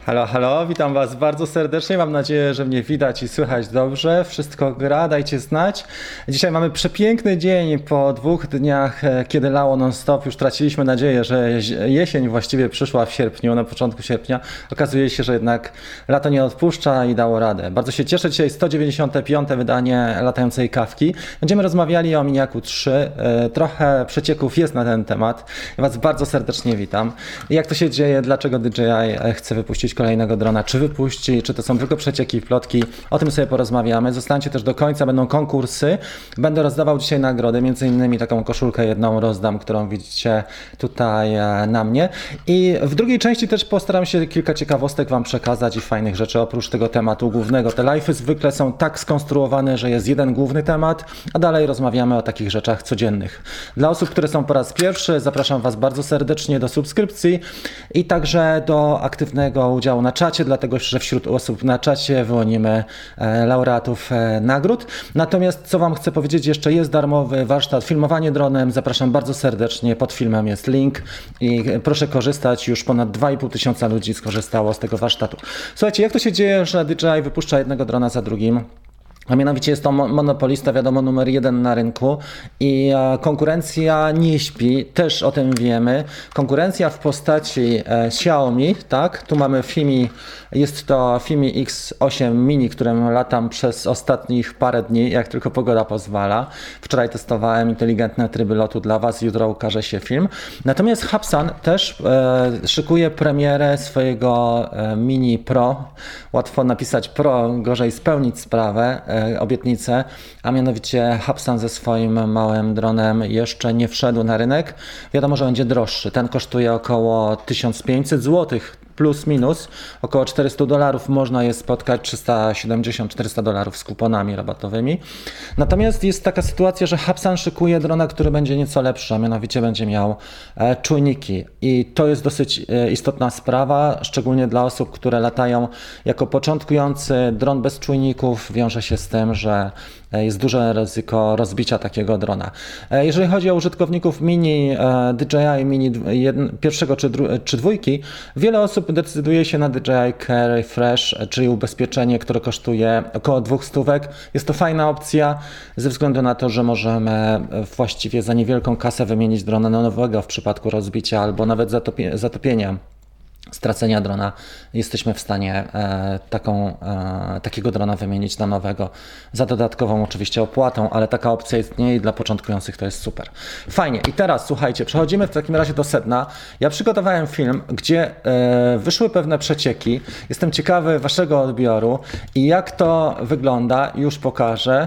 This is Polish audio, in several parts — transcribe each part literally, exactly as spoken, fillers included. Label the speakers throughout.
Speaker 1: Halo, halo, witam Was bardzo serdecznie. Mam nadzieję, że mnie widać i słychać dobrze. Wszystko gra, dajcie znać. Dzisiaj mamy przepiękny dzień po dwóch dniach, kiedy lało non-stop. Już traciliśmy nadzieję, że jesień właściwie przyszła w sierpniu, na początku sierpnia. Okazuje się, że jednak lato nie odpuszcza i dało radę. Bardzo się cieszę. Dzisiaj sto dziewięćdziesiąte piąte wydanie latającej kawki. Będziemy rozmawiali o Miniaku trzy. Trochę przecieków jest na ten temat. Ja Was bardzo serdecznie witam. Jak to się dzieje? Dlaczego D J I chce wypuścić kolejnego drona? Czy wypuści? Czy to są tylko przecieki i plotki? O tym sobie porozmawiamy. Zostańcie też do końca. Będą konkursy. Będę rozdawał dzisiaj nagrody. Między innymi taką koszulkę jedną rozdam, którą widzicie tutaj na mnie. I w drugiej części też postaram się kilka ciekawostek Wam przekazać i fajnych rzeczy oprócz tego tematu głównego. Te live'y zwykle są tak skonstruowane, że jest jeden główny temat, a dalej rozmawiamy o takich rzeczach codziennych. Dla osób, które są po raz pierwszy, zapraszam Was bardzo serdecznie do subskrypcji i także do aktywnego udziału na czacie, dlatego że wśród osób na czacie wyłonimy e, laureatów e, nagród. Natomiast co Wam chcę powiedzieć, jeszcze jest darmowy warsztat filmowanie dronem. Zapraszam bardzo serdecznie, pod filmem jest link i proszę korzystać. Już ponad dwa i pół tysiąca ludzi skorzystało z tego warsztatu. Słuchajcie, jak to się dzieje, że D J I wypuszcza jednego drona za drugim? A mianowicie jest to monopolista, wiadomo, numer jeden na rynku i konkurencja nie śpi, też o tym wiemy. Konkurencja w postaci e, Xiaomi, tak? Tu mamy Fimi, jest to Fimi X osiem Mini, którym latam przez ostatnich parę dni, jak tylko pogoda pozwala. Wczoraj testowałem inteligentne tryby lotu dla Was, jutro ukaże się film. Natomiast Hubsan też e, szykuje premierę swojego e, Mini Pro. Łatwo napisać Pro, gorzej spełnić sprawę. Obietnicę, a mianowicie Hubsan ze swoim małym dronem jeszcze nie wszedł na rynek. Wiadomo, że będzie droższy. Ten kosztuje około tysiąc pięćset złotych plus minus, około czterysta dolarów można je spotkać, trzysta siedemdziesiąt czterysta dolarów z kuponami rabatowymi. Natomiast jest taka sytuacja, że Hubsan szykuje drona, który będzie nieco lepszy, a mianowicie będzie miał e, czujniki i to jest dosyć e, istotna sprawa, szczególnie dla osób, które latają jako początkujący. Dron bez czujników wiąże się z tym, że jest duże ryzyko rozbicia takiego drona. Jeżeli chodzi o użytkowników Mini, D J I Mini jeden, pierwszego czy, dru, czy dwójki, wiele osób decyduje się na D J I Carry Fresh, czyli ubezpieczenie, które kosztuje około dwóch stówek. Jest to fajna opcja ze względu na to, że możemy właściwie za niewielką kasę wymienić drona na nowego w przypadku rozbicia albo nawet zatopie, zatopienia. Stracenia drona, jesteśmy w stanie e, taką, e, takiego drona wymienić na nowego za dodatkową oczywiście opłatą, ale taka opcja istnieje i dla początkujących to jest super. Fajnie. I teraz słuchajcie, przechodzimy w takim razie do sedna. Ja przygotowałem film, gdzie e, wyszły pewne przecieki. Jestem ciekawy Waszego odbioru i jak to wygląda, już pokażę.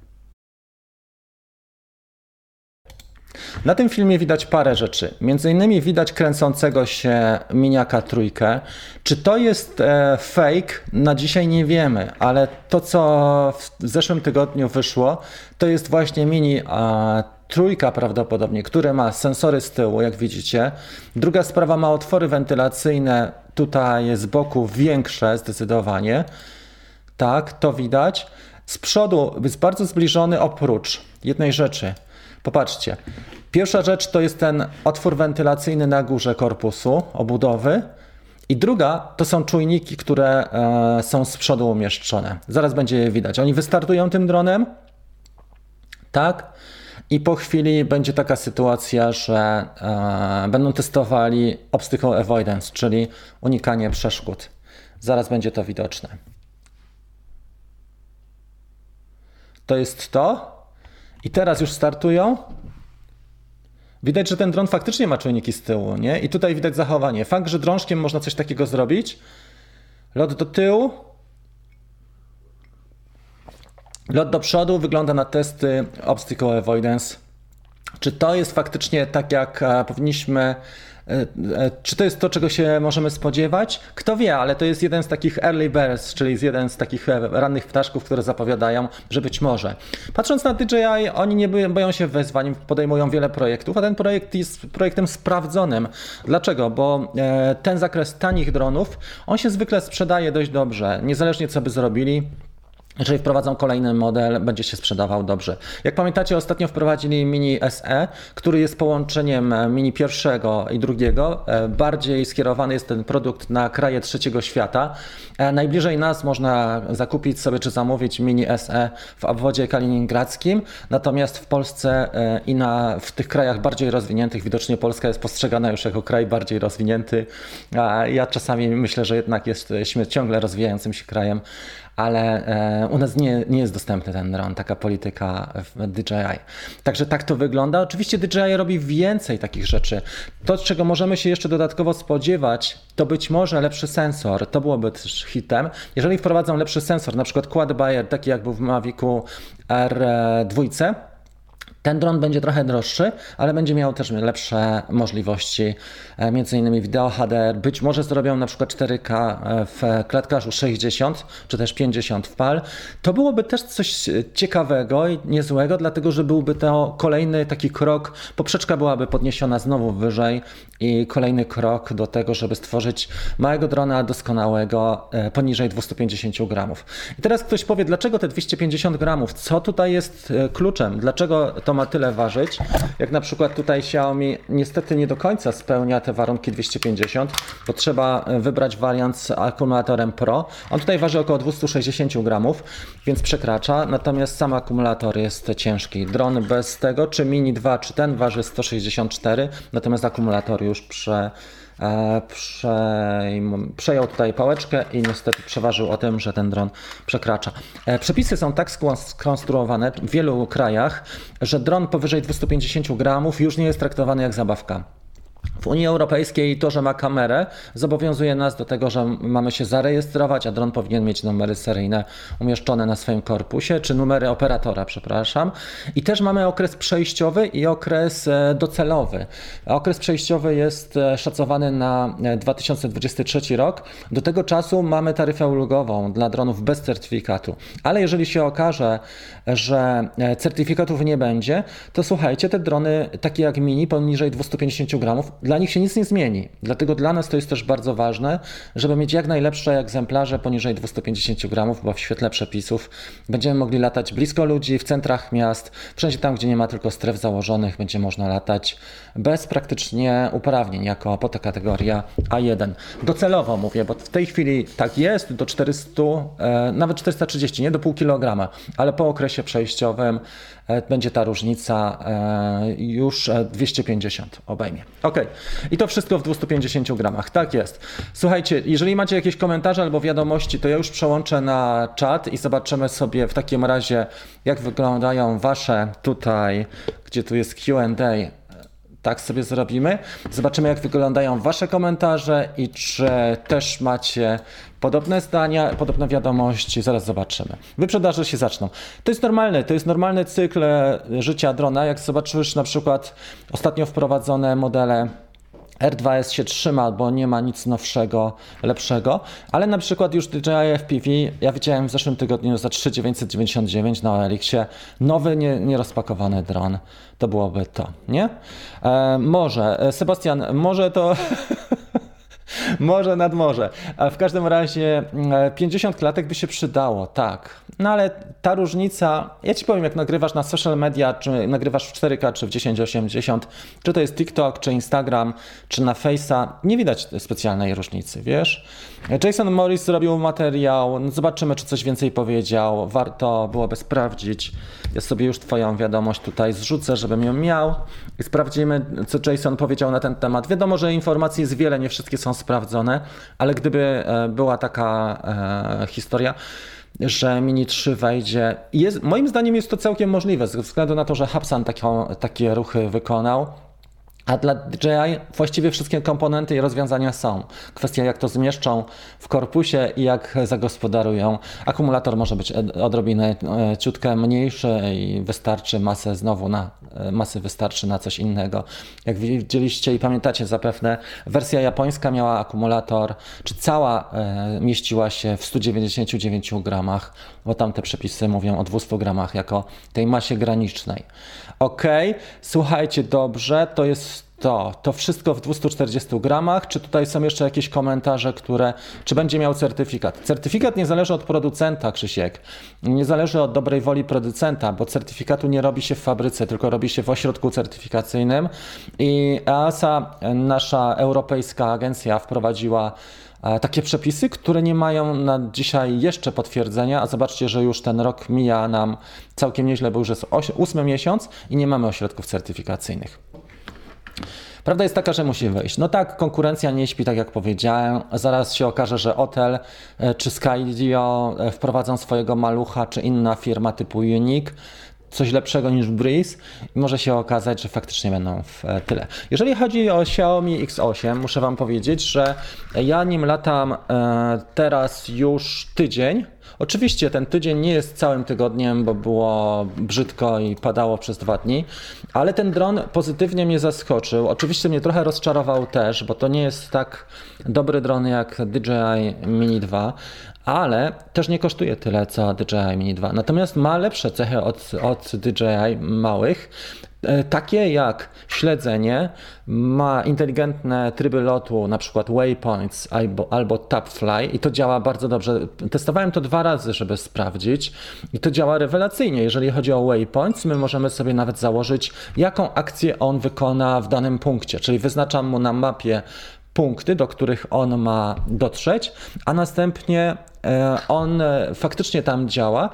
Speaker 1: Na tym filmie widać parę rzeczy. Między innymi widać kręcącego się Miniaka trójkę. Czy to jest e, fake? Na dzisiaj nie wiemy, ale to, co w zeszłym tygodniu wyszło, to jest właśnie Mini a, trójka prawdopodobnie, który ma sensory z tyłu, jak widzicie. Druga sprawa, ma otwory wentylacyjne tutaj z boku większe zdecydowanie. Tak, to widać. Z przodu jest bardzo zbliżony oprócz jednej rzeczy. Popatrzcie, pierwsza rzecz to jest ten otwór wentylacyjny na górze korpusu, obudowy i druga to są czujniki, które e, są z przodu umieszczone. Zaraz będzie je widać. Oni wystartują tym dronem, tak? I po chwili będzie taka sytuacja, że e, będą testowali obstacle avoidance, czyli unikanie przeszkód. Zaraz będzie to widoczne. To jest to. I teraz już startują. Widać, że ten dron faktycznie ma czujniki z tyłu, nie? I tutaj widać zachowanie. Fakt, że drążkiem można coś takiego zrobić. Lot do tyłu. Lot do przodu wygląda na testy obstacle avoidance. Czy to jest faktycznie tak, jak powinniśmy... Czy to jest to, czego się możemy spodziewać? Kto wie, ale to jest jeden z takich early birds, czyli jeden z takich rannych ptaszków, które zapowiadają, że być może. Patrząc na D J I, oni nie boją się wyzwań, podejmują wiele projektów, a ten projekt jest projektem sprawdzonym. Dlaczego? Bo ten zakres tanich dronów, on się zwykle sprzedaje dość dobrze, niezależnie co by zrobili. Jeżeli wprowadzą kolejny model, będzie się sprzedawał dobrze. Jak pamiętacie, ostatnio wprowadzili Mini S E, który jest połączeniem Mini pierwszego i drugiego. Bardziej skierowany jest ten produkt na kraje trzeciego świata. Najbliżej nas można zakupić sobie czy zamówić Mini S E w obwodzie kaliningradzkim, natomiast w Polsce i na, w tych krajach bardziej rozwiniętych, widocznie Polska jest postrzegana już jako kraj bardziej rozwinięty. Ja czasami myślę, że jednak jesteśmy ciągle rozwijającym się krajem, ale u nas nie, nie jest dostępny ten dron, taka polityka w D J I. Także tak to wygląda. Oczywiście D J I robi więcej takich rzeczy. To, czego możemy się jeszcze dodatkowo spodziewać, to być może lepszy sensor. To byłoby też hitem. Jeżeli wprowadzą lepszy sensor, na przykład quad buyer, taki jak był w Mavicu R dwa, ten dron będzie trochę droższy, ale będzie miał też lepsze możliwości, między innymi wideo H D R. Być może zrobią na przykład cztery K w klatkarzu sześćdziesiąt czy też pięćdziesiąt w P A L. To byłoby też coś ciekawego i niezłego, dlatego że byłby to kolejny taki krok, poprzeczka byłaby podniesiona znowu wyżej i kolejny krok do tego, żeby stworzyć małego drona doskonałego poniżej dwieście pięćdziesiąt gramów. I teraz ktoś powie, dlaczego te dwieście pięćdziesiąt gramów? Co tutaj jest kluczem? Dlaczego to ma tyle ważyć? Jak na przykład tutaj Xiaomi niestety nie do końca spełnia te warunki dwieście pięćdziesiąt, bo trzeba wybrać wariant z akumulatorem Pro. On tutaj waży około dwieście sześćdziesiąt gramów, więc przekracza, natomiast sam akumulator jest ciężki. Dron bez tego, czy Mini dwa, czy ten waży sto sześćdziesiąt cztery, natomiast akumulator już prze, e, przejm, przejął tutaj pałeczkę i niestety przeważył o tym, że ten dron przekracza. E, przepisy są tak skonstruowane w wielu krajach, że dron powyżej dwieście pięćdziesiąt gramów już nie jest traktowany jak zabawka. W Unii Europejskiej to, że ma kamerę, zobowiązuje nas do tego, że mamy się zarejestrować, a dron powinien mieć numery seryjne umieszczone na swoim korpusie, czy numery operatora, przepraszam. I też mamy okres przejściowy i okres docelowy. Okres przejściowy jest szacowany na dwa tysiące dwudziesty trzeci rok. Do tego czasu mamy taryfę ulgową dla dronów bez certyfikatu. Ale jeżeli się okaże, że certyfikatów nie będzie, to słuchajcie, te drony takie jak Mini poniżej dwieście pięćdziesiąt gramów, dla nich się nic nie zmieni. Dlatego dla nas to jest też bardzo ważne, żeby mieć jak najlepsze egzemplarze poniżej dwieście pięćdziesiąt gramów, bo w świetle przepisów będziemy mogli latać blisko ludzi, w centrach miast, wszędzie tam, gdzie nie ma tylko stref założonych, będzie można latać bez praktycznie uprawnień, jako podkategoria A jeden. Docelowo mówię, bo w tej chwili tak jest, do czterysta, e, nawet czterysta trzydzieści, nie do pół kilograma, ale po okresie przejściowym e, będzie ta różnica e, już dwieście pięćdziesiąt obejmie. Ok, i to wszystko w dwieście pięćdziesiąt gramach, tak jest. Słuchajcie, jeżeli macie jakieś komentarze albo wiadomości, to ja już przełączę na czat i zobaczymy sobie w takim razie, jak wyglądają wasze tutaj, gdzie tu jest Q and A. Tak sobie zrobimy. Zobaczymy, jak wyglądają wasze komentarze i czy też macie podobne zdania, podobne wiadomości. Zaraz zobaczymy. Wyprzedaże się zaczną. To jest normalne, to jest normalny cykl życia drona. Jak zobaczysz na przykład ostatnio wprowadzone modele R dwa S się trzyma, bo nie ma nic nowszego, lepszego, ale na przykład już D J I F P V, ja widziałem w zeszłym tygodniu za trzy tysiące dziewięćset dziewięćdziesiąt dziewięć na O L X-ie, nowy, nie, nierozpakowany dron, to byłoby to, nie? E, może, Sebastian, może to... Może nad morze. A w każdym razie pięćdziesiąt klatek by się przydało, tak. No ale ta różnica, ja ci powiem, jak nagrywasz na social media, czy nagrywasz w cztery K, czy w tysiąc osiemdziesiąt, czy to jest TikTok, czy Instagram, czy na Face'a, nie widać specjalnej różnicy, wiesz? Jason Morris zrobił materiał, no zobaczymy, czy coś więcej powiedział, warto byłoby sprawdzić. Ja sobie już twoją wiadomość tutaj zrzucę, żebym ją miał i sprawdzimy, co Jason powiedział na ten temat. Wiadomo, że informacji jest wiele, nie wszystkie są sprawdzone, ale gdyby była taka e, historia, że Mini trzy wejdzie, jest, moim zdaniem jest to całkiem możliwe, ze względu na to, że Hubsan taką, takie ruchy wykonał. A dla D J I właściwie wszystkie komponenty i rozwiązania są. Kwestia, jak to zmieszczą w korpusie i jak zagospodarują. Akumulator może być odrobinę ciutkę mniejszy i wystarczy masę znowu na masy wystarczy na coś innego. Jak widzieliście i pamiętacie zapewne, wersja japońska miała akumulator, czy cała e, mieściła się w stu dziewięćdziesięciu dziewięciu gramach, bo tam te przepisy mówią o dwustu gramach jako tej masie granicznej. Ok, słuchajcie, dobrze, to jest to, to wszystko w dwieście czterdzieści gramach, czy tutaj są jeszcze jakieś komentarze, które, czy będzie miał certyfikat? Certyfikat nie zależy od producenta, Krzysiek, nie zależy od dobrej woli producenta, bo certyfikatu nie robi się w fabryce, tylko robi się w ośrodku certyfikacyjnym i E A S A, nasza europejska agencja, wprowadziła takie przepisy, które nie mają na dzisiaj jeszcze potwierdzenia, a zobaczcie, że już ten rok mija nam całkiem nieźle, bo już jest ósmy miesiąc i nie mamy ośrodków certyfikacyjnych. Prawda jest taka, że musi wyjść. No tak, konkurencja nie śpi, tak jak powiedziałem. Zaraz się okaże, że Otel czy Skydio wprowadzą swojego malucha, czy inna firma typu Unique, coś lepszego niż Breeze i może się okazać, że faktycznie będą w tyle. Jeżeli chodzi o Xiaomi X osiem, muszę Wam powiedzieć, że ja nim latam teraz już tydzień. Oczywiście ten tydzień nie jest całym tygodniem, bo było brzydko i padało przez dwa dni, ale ten dron pozytywnie mnie zaskoczył. Oczywiście mnie trochę rozczarował też, bo to nie jest tak dobry dron jak D J I Mini dwa, ale też nie kosztuje tyle co D J I Mini dwa. Natomiast ma lepsze cechy od, od D J I małych, takie jak śledzenie, ma inteligentne tryby lotu, na przykład waypoints albo, albo tapfly i to działa bardzo dobrze. Testowałem to dwa razy, żeby sprawdzić i to działa rewelacyjnie. Jeżeli chodzi o waypoints, my możemy sobie nawet założyć, jaką akcję on wykona w danym punkcie, czyli wyznaczam mu na mapie punkty, do których on ma dotrzeć, a następnie on faktycznie tam działa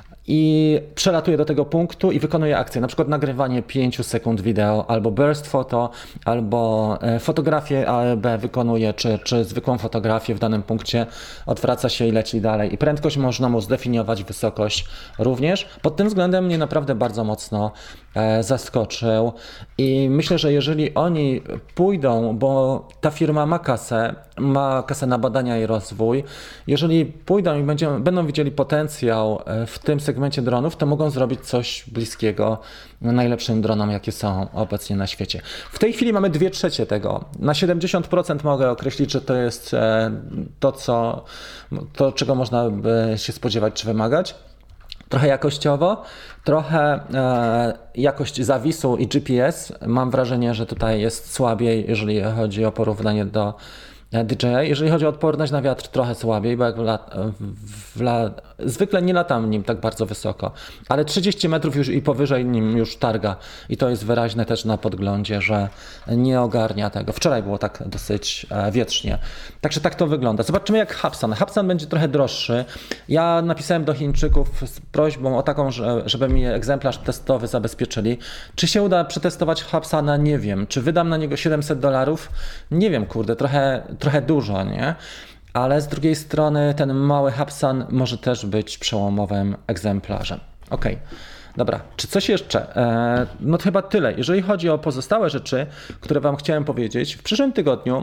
Speaker 1: i przelatuje do tego punktu i wykonuje akcję, na przykład nagrywanie pięć sekund wideo, albo burst photo, albo fotografię A E B wykonuje, czy, czy zwykłą fotografię w danym punkcie, odwraca się i leci dalej. I prędkość można mu zdefiniować, wysokość również. Pod tym względem mnie naprawdę bardzo mocno e, zaskoczył i myślę, że jeżeli oni pójdą, bo ta firma ma kasę, ma kasę na badania i rozwój, jeżeli pójdą i będziemy, będą widzieli potencjał w tym segmencie dronów, to mogą zrobić coś bliskiego najlepszym dronom, jakie są obecnie na świecie. W tej chwili mamy dwie trzecie tego. Na siedemdziesiąt procent mogę określić, że to jest to, co, to czego można by się spodziewać czy wymagać. Trochę jakościowo, trochę e, jakość zawisu i G P S. Mam wrażenie, że tutaj jest słabiej, jeżeli chodzi o porównanie do D J I. Jeżeli chodzi o odporność na wiatr, trochę słabiej, bo jak w lat, w lat, zwykle nie latam nim tak bardzo wysoko, ale trzydzieści metrów już i powyżej nim już targa i to jest wyraźne też na podglądzie, że nie ogarnia tego. Wczoraj było tak dosyć wietrznie. Także tak to wygląda. Zobaczymy jak Hubsan. Hubsan będzie trochę droższy. Ja napisałem do Chińczyków z prośbą o taką, żeby mi egzemplarz testowy zabezpieczyli. Czy się uda przetestować Hubsana? Nie wiem. Czy wydam na niego siedemset dolarów? Nie wiem, kurde, trochę trochę dużo, nie? Ale z drugiej strony ten mały Hubsan może też być przełomowym egzemplarzem. Ok, dobra. Czy coś jeszcze? Eee, no to chyba tyle. Jeżeli chodzi o pozostałe rzeczy, które Wam chciałem powiedzieć, w przyszłym tygodniu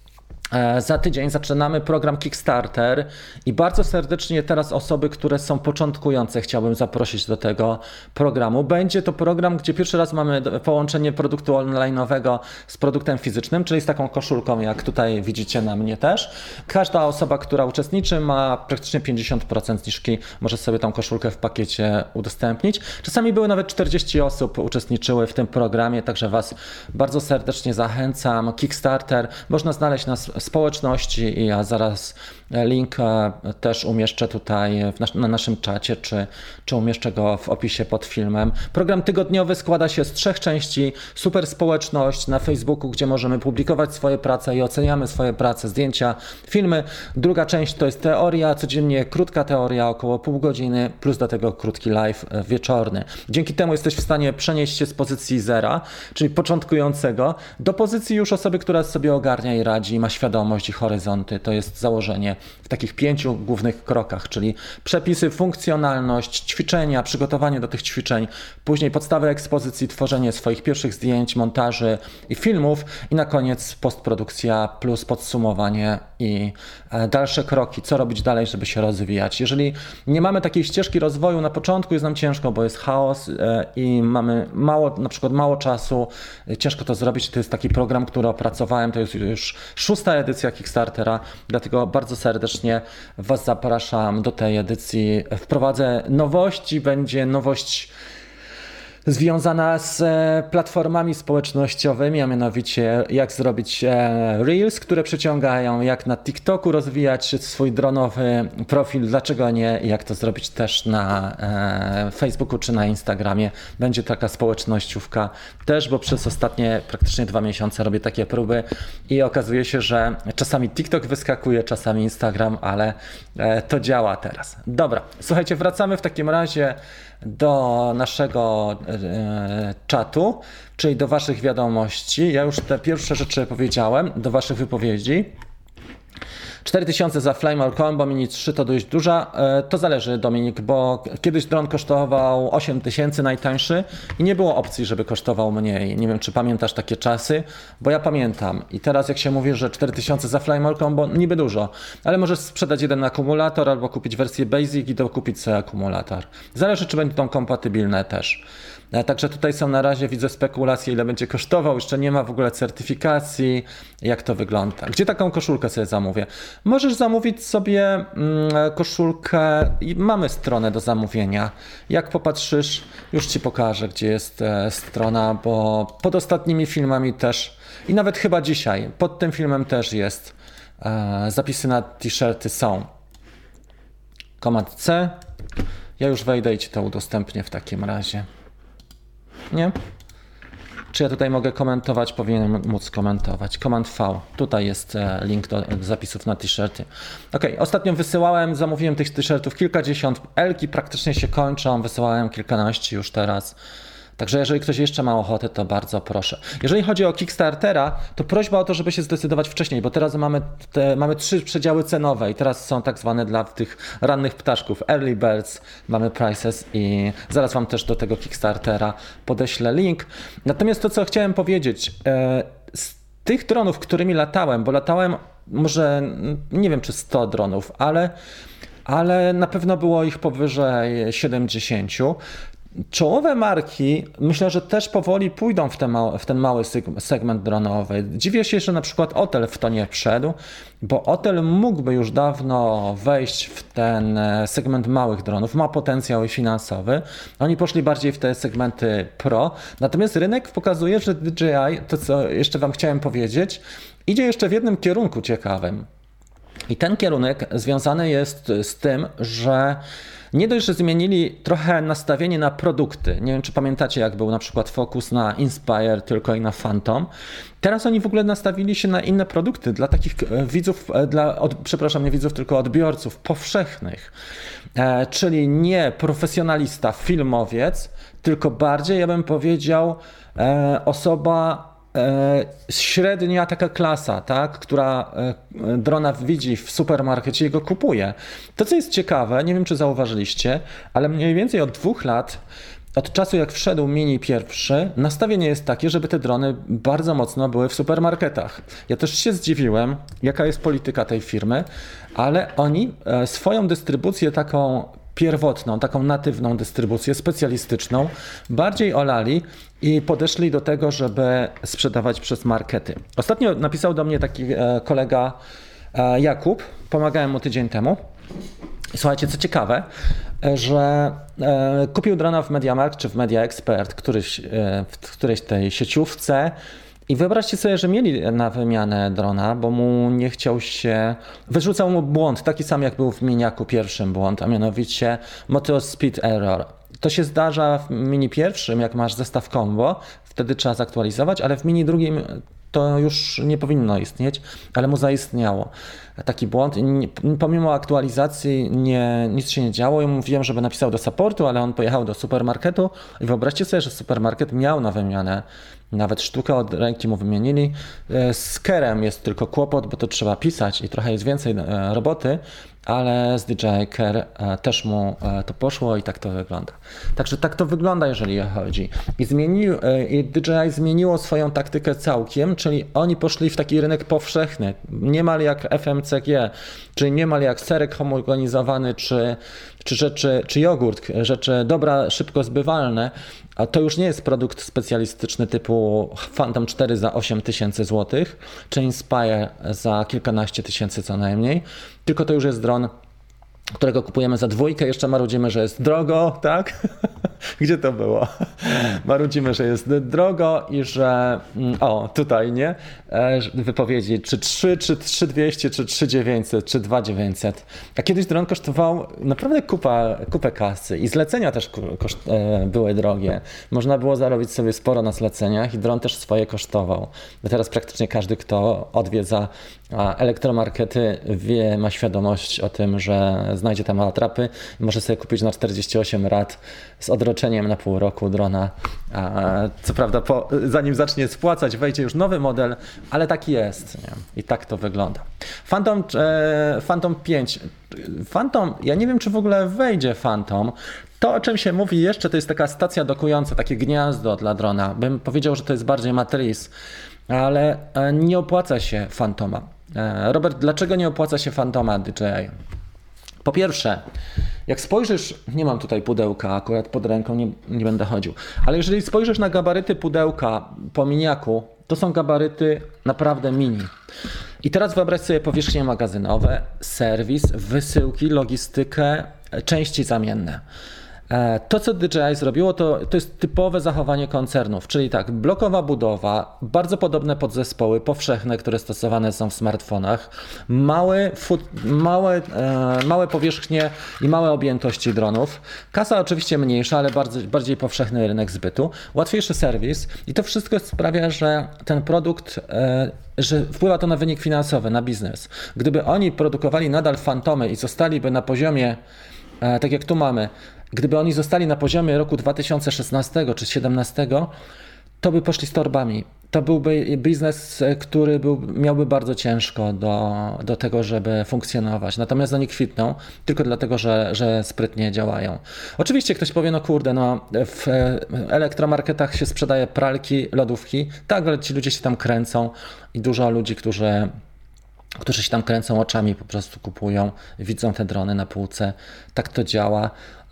Speaker 1: za tydzień zaczynamy program Kickstarter i bardzo serdecznie teraz osoby, które są początkujące, chciałbym zaprosić do tego programu. Będzie to program, gdzie pierwszy raz mamy połączenie produktu online'owego z produktem fizycznym, czyli z taką koszulką, jak tutaj widzicie na mnie też. Każda osoba, która uczestniczy, ma praktycznie pięćdziesiąt procent zniżki, może sobie tą koszulkę w pakiecie udostępnić. Czasami były nawet czterdzieści osób uczestniczyły w tym programie, także Was bardzo serdecznie zachęcam. Kickstarter można znaleźć na społeczności i ja zaraz link też umieszczę tutaj w nas na naszym czacie, czy, czy umieszczę go w opisie pod filmem. Program tygodniowy składa się z trzech części. Super społeczność na Facebooku, gdzie możemy publikować swoje prace i oceniamy swoje prace, zdjęcia, filmy. Druga część to jest teoria, codziennie krótka teoria, około pół godziny, plus do tego krótki live wieczorny. Dzięki temu jesteś w stanie przenieść się z pozycji zera, czyli początkującego, do pozycji już osoby, która sobie ogarnia i radzi, ma świadomość i horyzonty. To jest założenie w takich pięciu głównych krokach, czyli przepisy, funkcjonalność, ćwiczenia, przygotowanie do tych ćwiczeń, później podstawy ekspozycji, tworzenie swoich pierwszych zdjęć, montaży i filmów i na koniec postprodukcja plus podsumowanie i dalsze kroki, co robić dalej, żeby się rozwijać. Jeżeli nie mamy takiej ścieżki rozwoju na początku, jest nam ciężko, bo jest chaos i mamy mało, na przykład mało czasu, ciężko to zrobić. To jest taki program, który opracowałem, to jest już szósta edycja Kickstartera, dlatego bardzo serdecznie Was zapraszam do tej edycji. Wprowadzę nowości, będzie nowość związana z platformami społecznościowymi, a mianowicie jak zrobić Reels, które przyciągają, jak na TikToku rozwijać swój dronowy profil, dlaczego nie, i jak to zrobić też na Facebooku czy na Instagramie. Będzie taka społecznościówka też, bo przez ostatnie praktycznie dwa miesiące robię takie próby i okazuje się, że czasami TikTok wyskakuje, czasami Instagram, ale to działa teraz. Dobra, słuchajcie, wracamy w takim razie do naszego e, czatu, czyli do waszych wiadomości. Ja już te pierwsze rzeczy powiedziałem, do waszych wypowiedzi. cztery tysiące za Flame or Combo Mini trzy to dość duża. E, to zależy, Dominik, bo kiedyś dron kosztował osiem tysięcy najtańszy i nie było opcji, żeby kosztował mniej. Nie wiem, czy pamiętasz takie czasy, bo ja pamiętam. I teraz jak się mówi, że cztery tysiące za Flame or Combo, niby dużo, ale możesz sprzedać jeden akumulator albo kupić wersję Basic i dokupić sobie akumulator. Zależy, czy będą kompatybilne też. Także tutaj są na razie, widzę, spekulacje, ile będzie kosztował, jeszcze nie ma w ogóle certyfikacji, jak to wygląda. Gdzie taką koszulkę sobie zamówię? Możesz zamówić sobie mm, koszulkę i mamy stronę do zamówienia. Jak popatrzysz, już ci pokażę, gdzie jest e, strona, bo pod ostatnimi filmami też i nawet chyba dzisiaj, pod tym filmem też jest. E, zapisy na t-shirty są. Command C. Ja już wejdę i ci to udostępnię w takim razie. Nie? Czy ja tutaj mogę komentować? Powinienem móc komentować. Command V. Tutaj jest link do zapisów na t-shirty. Ok, ostatnio wysyłałem, zamówiłem tych t-shirtów kilkadziesiąt. Elki praktycznie się kończą. Wysyłałem kilkanaście już teraz. Także jeżeli ktoś jeszcze ma ochotę, to bardzo proszę. Jeżeli chodzi o Kickstartera, to prośba o to, żeby się zdecydować wcześniej, bo teraz mamy, te, mamy trzy przedziały cenowe i teraz są tak zwane dla tych rannych ptaszków Early Birds, mamy Prices i zaraz wam też do tego Kickstartera podeślę link. Natomiast to, co chciałem powiedzieć, z tych dronów, którymi latałem, bo latałem może, nie wiem czy sto dronów, ale, ale na pewno było ich powyżej siedemdziesiąt. Czołowe marki, myślę, że też powoli pójdą w, te małe, w ten mały segment dronowy. Dziwię się, że na przykład Otel w to nie wszedł, bo Otel mógłby już dawno wejść w ten segment małych dronów, ma potencjał i finansowy. Oni poszli bardziej w te segmenty pro, natomiast rynek pokazuje, że D J I, to co jeszcze wam chciałem powiedzieć, idzie jeszcze w jednym kierunku ciekawym. I ten kierunek związany jest z tym, że nie dość, że zmienili trochę nastawienie na produkty. Nie wiem, czy pamiętacie, jak był na przykład fokus na Inspire tylko i na Phantom. Teraz oni w ogóle nastawili się na inne produkty dla takich widzów, dla, od, przepraszam, nie widzów, tylko odbiorców powszechnych. E, czyli nie profesjonalista, filmowiec, tylko bardziej, ja bym powiedział, e, osoba średnia taka klasa, tak, która drona widzi w supermarkecie i go kupuje. To, co jest ciekawe, nie wiem, czy zauważyliście, ale mniej więcej od dwóch lat, od czasu jak wszedł Mini pierwszy, nastawienie jest takie, żeby te drony bardzo mocno były w supermarketach. Ja też się zdziwiłem, jaka jest polityka tej firmy, ale oni swoją dystrybucję taką pierwotną, taką natywną dystrybucję, specjalistyczną, bardziej olali i podeszli do tego, żeby sprzedawać przez markety. Ostatnio napisał do mnie taki kolega Jakub, pomagałem mu tydzień temu. Słuchajcie, co ciekawe, że kupił drona w MediaMarkt czy w Media Expert, któryś, w którejś tej sieciówce. I wyobraźcie sobie, że mieli na wymianę drona, bo mu nie chciał się... Wyrzucał mu błąd, taki sam jak był w Miniaku pierwszym błąd, a mianowicie Motor Speed Error. To się zdarza w Mini pierwszym, jak masz zestaw combo, wtedy trzeba zaktualizować, ale w Mini drugim to już nie powinno istnieć, ale mu zaistniało taki błąd. Nie, pomimo aktualizacji nie, nic się nie działo i mówiłem, żeby napisał do supportu, ale on pojechał do supermarketu i wyobraźcie sobie, że supermarket miał na wymianę nawet sztukę od ręki mu wymienili. Z Kerem jest tylko kłopot, bo to trzeba pisać i trochę jest więcej roboty, ale z D J I Care też mu to poszło i tak to wygląda. Także tak to wygląda, jeżeli chodzi. I, zmienił, i D J I zmieniło swoją taktykę całkiem, czyli oni poszli w taki rynek powszechny, niemal jak F M C G, czyli niemal jak serek homogenizowany, czy, czy, rzeczy, czy jogurt, rzeczy dobra, szybko zbywalne, a to już nie jest produkt specjalistyczny typu Phantom cztery za osiem tysięcy złotych, czy Inspire za kilkanaście tysięcy co najmniej, tylko to już jest dron, którego kupujemy za dwójkę, jeszcze marudzimy, że jest drogo, tak? Gdzie to było? Marudzimy, że jest drogo i że... O, tutaj, nie? Wypowiedzi, czy trzy, czy trzy dwieście, czy trzy dziewięćset, czy dwa dziewięćset. A kiedyś dron kosztował naprawdę kupa, kupę kasy i zlecenia też koszt, e, były drogie. Można było zarobić sobie sporo na zleceniach i dron też swoje kosztował. Bo teraz praktycznie każdy, kto odwiedza elektromarkety, wie, ma świadomość o tym, że znajdzie tam atrapy i może sobie kupić na czterdzieści osiem rat z odroczeniem na pół roku drona. Co prawda po, zanim zacznie spłacać, wejdzie już nowy model, ale tak jest, nie? I tak to wygląda. Phantom, e, Phantom pięć. Phantom, ja nie wiem, czy w ogóle wejdzie Phantom. To, o czym się mówi jeszcze, to jest taka stacja dokująca, takie gniazdo dla drona. Bym powiedział, że to jest bardziej matriz, ale nie opłaca się Phantoma. Robert, dlaczego nie opłaca się Phantoma D J I? Po pierwsze, jak spojrzysz, nie mam tutaj pudełka akurat pod ręką, nie, nie będę chodził, ale jeżeli spojrzysz na gabaryty pudełka po miniaku, to są gabaryty naprawdę mini. I teraz wyobraź sobie powierzchnie magazynowe, serwis, wysyłki, logistykę, części zamienne. To, co D J I zrobiło, to, to jest typowe zachowanie koncernów, czyli tak, blokowa budowa, bardzo podobne podzespoły powszechne, które stosowane są w smartfonach, małe, małe, e, małe powierzchnie i małe objętości dronów, kasa oczywiście mniejsza, ale bardzo, bardziej powszechny rynek zbytu, łatwiejszy serwis i to wszystko sprawia, że ten produkt, e, że wpływa to na wynik finansowy, na biznes. Gdyby oni produkowali nadal Phantomy i zostaliby na poziomie, e, tak jak tu mamy, gdyby oni zostali na poziomie roku dwa tysiące szesnastego czy dwa tysiące siedemnastego, to by poszli z torbami. To byłby biznes, który był, miałby bardzo ciężko do, do tego, żeby funkcjonować. Natomiast oni kwitną tylko dlatego, że, że sprytnie działają. Oczywiście ktoś powie, no kurde, no w elektromarketach się sprzedaje pralki, lodówki. Tak, ale ci ludzie się tam kręcą i dużo ludzi, którzy którzy się tam kręcą oczami, po prostu kupują, widzą te drony na półce. Tak to działa.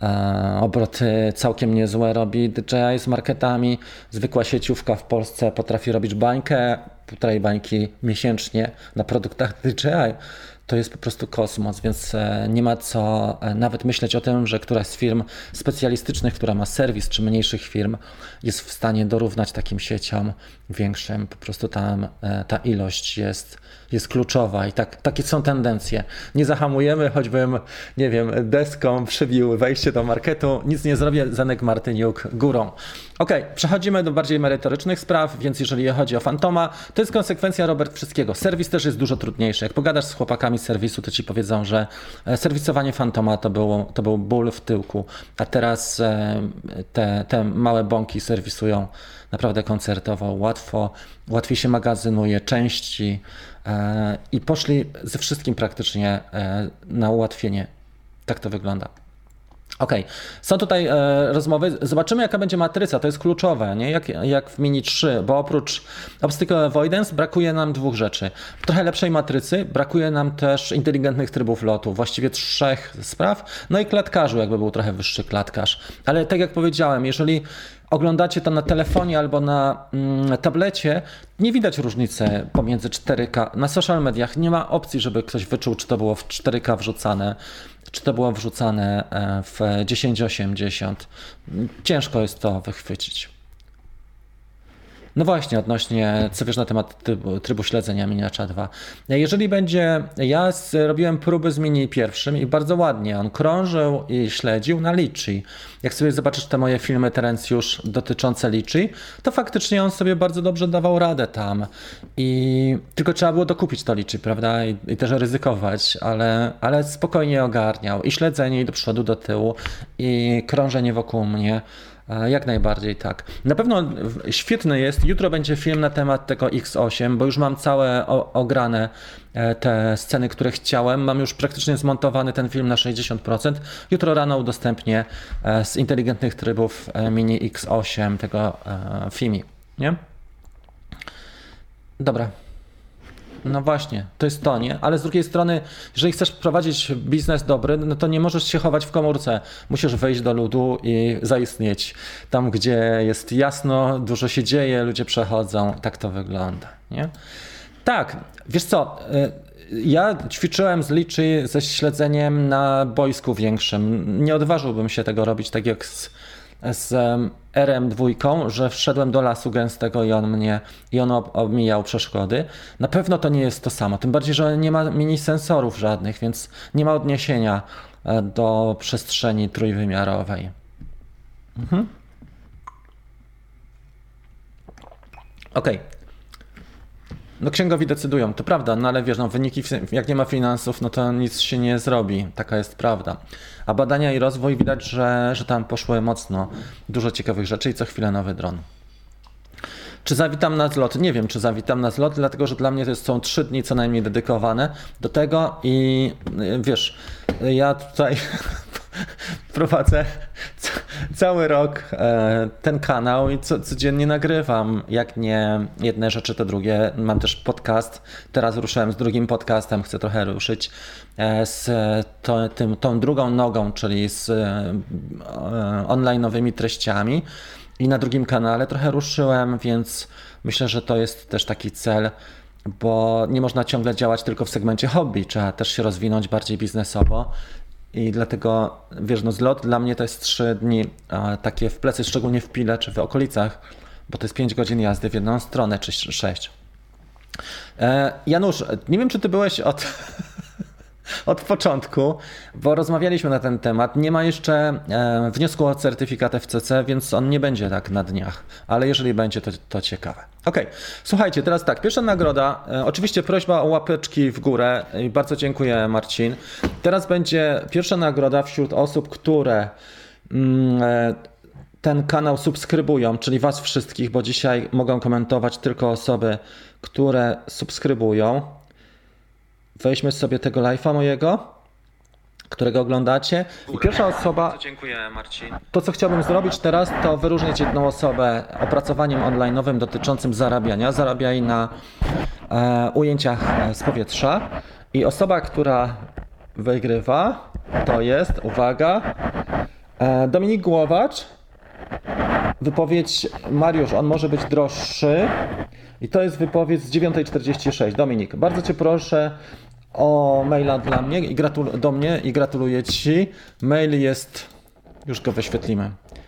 Speaker 1: E, obroty całkiem niezłe robi D J I z marketami. Zwykła sieciówka w Polsce potrafi robić bańkę, półtorej bańki miesięcznie na produktach D J I. To jest po prostu kosmos, więc nie ma co nawet myśleć o tym, że któraś z firm specjalistycznych, która ma serwis, czy mniejszych firm, jest w stanie dorównać takim sieciom większym. Po prostu tam ta ilość jest, jest kluczowa i tak, takie są tendencje. Nie zahamujemy, choćbym, nie wiem, deską przybił wejście do marketu, nic nie zrobię, Zenek Martyniuk górą. Ok, przechodzimy do bardziej merytorycznych spraw, więc jeżeli chodzi o Phantoma, to jest konsekwencja, Robert, wszystkiego. Serwis też jest dużo trudniejszy. Jak pogadasz z chłopakami z serwisu, to ci powiedzą, że serwisowanie Phantoma to, było, to był ból w tyłku, a teraz te, te małe bąki serwisują naprawdę koncertowo, łatwo, łatwiej się magazynuje, części i poszli ze wszystkim praktycznie na ułatwienie. Tak to wygląda. Okej, okay. Są tutaj e, rozmowy, zobaczymy jaka będzie matryca, to jest kluczowe, nie? Jak, jak w Mini trzy, bo oprócz Obstacle Avoidance brakuje nam dwóch rzeczy. Trochę lepszej matrycy, brakuje nam też inteligentnych trybów lotu, właściwie trzech spraw, no i klatkarzu, jakby był trochę wyższy klatkarz. Ale tak jak powiedziałem, jeżeli oglądacie to na telefonie albo na mm, tablecie, nie widać różnicy pomiędzy cztery K. Na social mediach nie ma opcji, żeby ktoś wyczuł, czy to było w cztery K wrzucane, czy to było wrzucane w tysiąc osiemdziesiąt. Ciężko jest to wychwycić. No właśnie, odnośnie, co wiesz na temat trybu, trybu śledzenia Miniacza dwa. Jeżeli będzie, ja robiłem próby z Mini pierwszym i bardzo ładnie, on krążył i śledził na Litchi. Jak sobie zobaczysz te moje filmy, Terencjusz, dotyczące Litchi, to faktycznie on sobie bardzo dobrze dawał radę tam. I tylko trzeba było dokupić to Litchi, prawda? I, i też ryzykować, ale, ale spokojnie ogarniał. I śledzenie, i do przodu, do tyłu, i krążenie wokół mnie. Jak najbardziej tak. Na pewno świetny jest, jutro będzie film na temat tego X osiem, bo już mam całe ograne te sceny, które chciałem. Mam już praktycznie zmontowany ten film na sześćdziesiąt procent. Jutro rano udostępnię z inteligentnych trybów Mini X osiem tego Fimi, nie? Dobra. No właśnie, to jest to, nie? Ale z drugiej strony, jeżeli chcesz prowadzić biznes dobry, no to nie możesz się chować w komórce. Musisz wejść do ludu i zaistnieć. Tam, gdzie jest jasno, dużo się dzieje, ludzie przechodzą. Tak to wygląda, nie? Tak, wiesz co, ja ćwiczyłem z Litchi ze śledzeniem na boisku większym. Nie odważyłbym się tego robić tak jak z z R M dwa, że wszedłem do lasu gęstego i on mnie, i on omijał przeszkody. Na pewno to nie jest to samo, tym bardziej, że nie ma mini sensorów żadnych, więc nie ma odniesienia do przestrzeni trójwymiarowej. Mhm. Okej. Okay. No księgowi decydują, to prawda, no ale wiesz, no wyniki, jak nie ma finansów, no to nic się nie zrobi, taka jest prawda. A badania i rozwój widać, że, że tam poszły mocno, dużo ciekawych rzeczy i co chwilę nowy dron. Czy zawitam na zlot? Nie wiem, czy zawitam na zlot, dlatego że dla mnie to są trzy dni co najmniej dedykowane do tego i wiesz, ja tutaj prowadzę cały rok ten kanał i co, codziennie nagrywam, jak nie jedne rzeczy, to drugie. Mam też podcast, teraz ruszyłem z drugim podcastem, chcę trochę ruszyć z to, tym, tą drugą nogą, czyli z online'owymi treściami i na drugim kanale trochę ruszyłem, więc myślę, że to jest też taki cel, bo nie można ciągle działać tylko w segmencie hobby, trzeba też się rozwinąć bardziej biznesowo. I dlatego, wiesz, no zlot dla mnie to jest trzy dni a, takie w plecy, szczególnie w Pile czy w okolicach, bo to jest pięć godzin jazdy w jedną stronę, czy sześć. E, Janusz, nie wiem, czy ty byłeś od, od początku, bo rozmawialiśmy na ten temat. Nie ma jeszcze e, wniosku o certyfikat F C C, więc on nie będzie tak na dniach, ale jeżeli będzie, to, to ciekawe. Ok, słuchajcie, teraz tak, pierwsza nagroda, e, oczywiście prośba o łapeczki w górę i bardzo dziękuję, Marcin. Teraz będzie pierwsza nagroda wśród osób, które mm, e, ten kanał subskrybują, czyli was wszystkich, bo dzisiaj mogą komentować tylko osoby, które subskrybują. Weźmy sobie tego live'a mojego, którego oglądacie. I pierwsza osoba,
Speaker 2: dziękuję, Marcin.
Speaker 1: to co chciałbym zrobić teraz, to wyróżnić jedną osobę opracowaniem online'owym dotyczącym zarabiania. Zarabiaj na e, ujęciach z powietrza. I osoba, która wygrywa, to jest, uwaga, e, Dominik Głowacz. Wypowiedź Mariusz, on może być droższy. I to jest wypowiedź z dziewiątej czterdzieści sześć. Dominik, bardzo cię proszę o maila dla mnie i gratul- do mnie i gratuluję ci. Mail jest, już go wyświetlimy.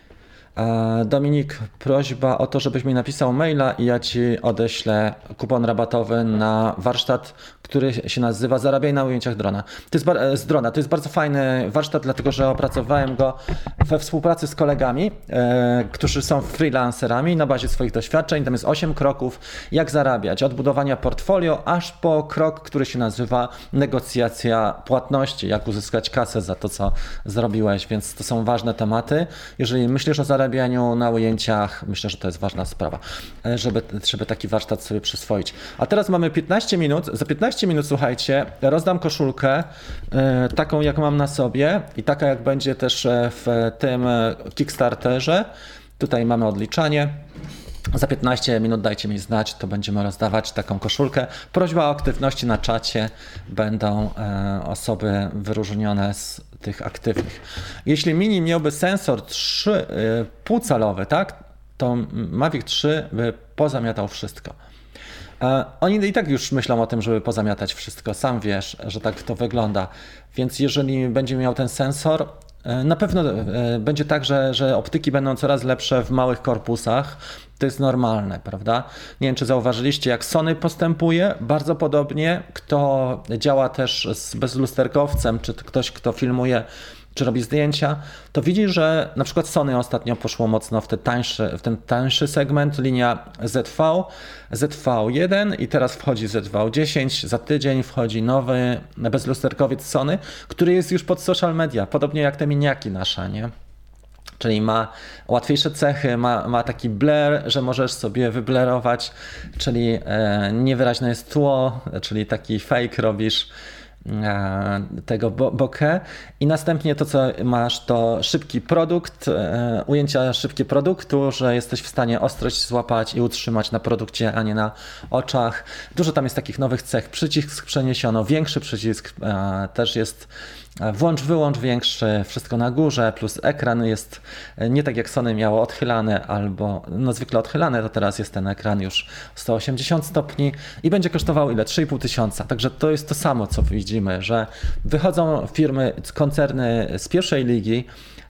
Speaker 1: E, Dominik, prośba o to, żebyś mi napisał maila i ja ci odeślę kupon rabatowy na warsztat, który się nazywa Zarabiaj na ujęciach drona. To jest bar- z drona. To jest bardzo fajny warsztat, dlatego że opracowałem go we współpracy z kolegami, e, którzy są freelancerami na bazie swoich doświadczeń. Tam jest osiem kroków, jak zarabiać. Od budowania portfolio, aż po krok, który się nazywa negocjacja płatności, jak uzyskać kasę za to, co zrobiłeś. Więc to są ważne tematy. Jeżeli myślisz o zarabianiu na ujęciach, myślę, że to jest ważna sprawa, żeby, żeby taki warsztat sobie przyswoić. A teraz mamy piętnaście minut. Za piętnaście minut, słuchajcie, rozdam koszulkę y, taką, jak mam na sobie i taka, jak będzie też w tym Kickstarterze. Tutaj mamy odliczanie. Za piętnaście minut dajcie mi znać, to będziemy rozdawać taką koszulkę. Prośba o aktywności na czacie, będą e, osoby wyróżnione z tych aktywnych. Jeśli Mini miałby sensor trzy i pół calowy, tak, to Mavic trzy by pozamiatał wszystko. E, oni i tak już myślą o tym, żeby pozamiatać wszystko, sam wiesz, że tak to wygląda, więc jeżeli będzie miał ten sensor, na pewno będzie tak, że, że optyki będą coraz lepsze w małych korpusach. To jest normalne, prawda? Nie wiem, czy zauważyliście, jak Sony postępuje. Bardzo podobnie, kto działa też z bezlusterkowcem, czy ktoś, kto filmuje, czy robi zdjęcia, to widzi, że na przykład Sony ostatnio poszło mocno w, te tańszy, w ten tańszy segment, linia Z V, Z V jeden i teraz wchodzi Z V dziesięć, za tydzień wchodzi nowy bezlusterkowiec Sony, który jest już pod social media, podobnie jak te miniaki nasze, nie? Czyli ma łatwiejsze cechy, ma, ma taki blur, że możesz sobie wyblerować, czyli e, niewyraźne jest tło, czyli taki fake robisz tego bokeh i następnie to, co masz, to szybki produkt, ujęcia szybkie produktu, że jesteś w stanie ostrość złapać i utrzymać na produkcie, a nie na oczach. Dużo tam jest takich nowych cech. Przycisk przeniesiono, większy przycisk też jest, włącz, wyłącz większy, wszystko na górze, plus ekran jest nie tak jak Sony miało odchylane albo no zwykle odchylane, to teraz jest ten ekran już sto osiemdziesiąt stopni i będzie kosztował ile? trzy i pół tysiąca. Także to jest to samo, co widzimy, że wychodzą firmy, koncerny z pierwszej ligi,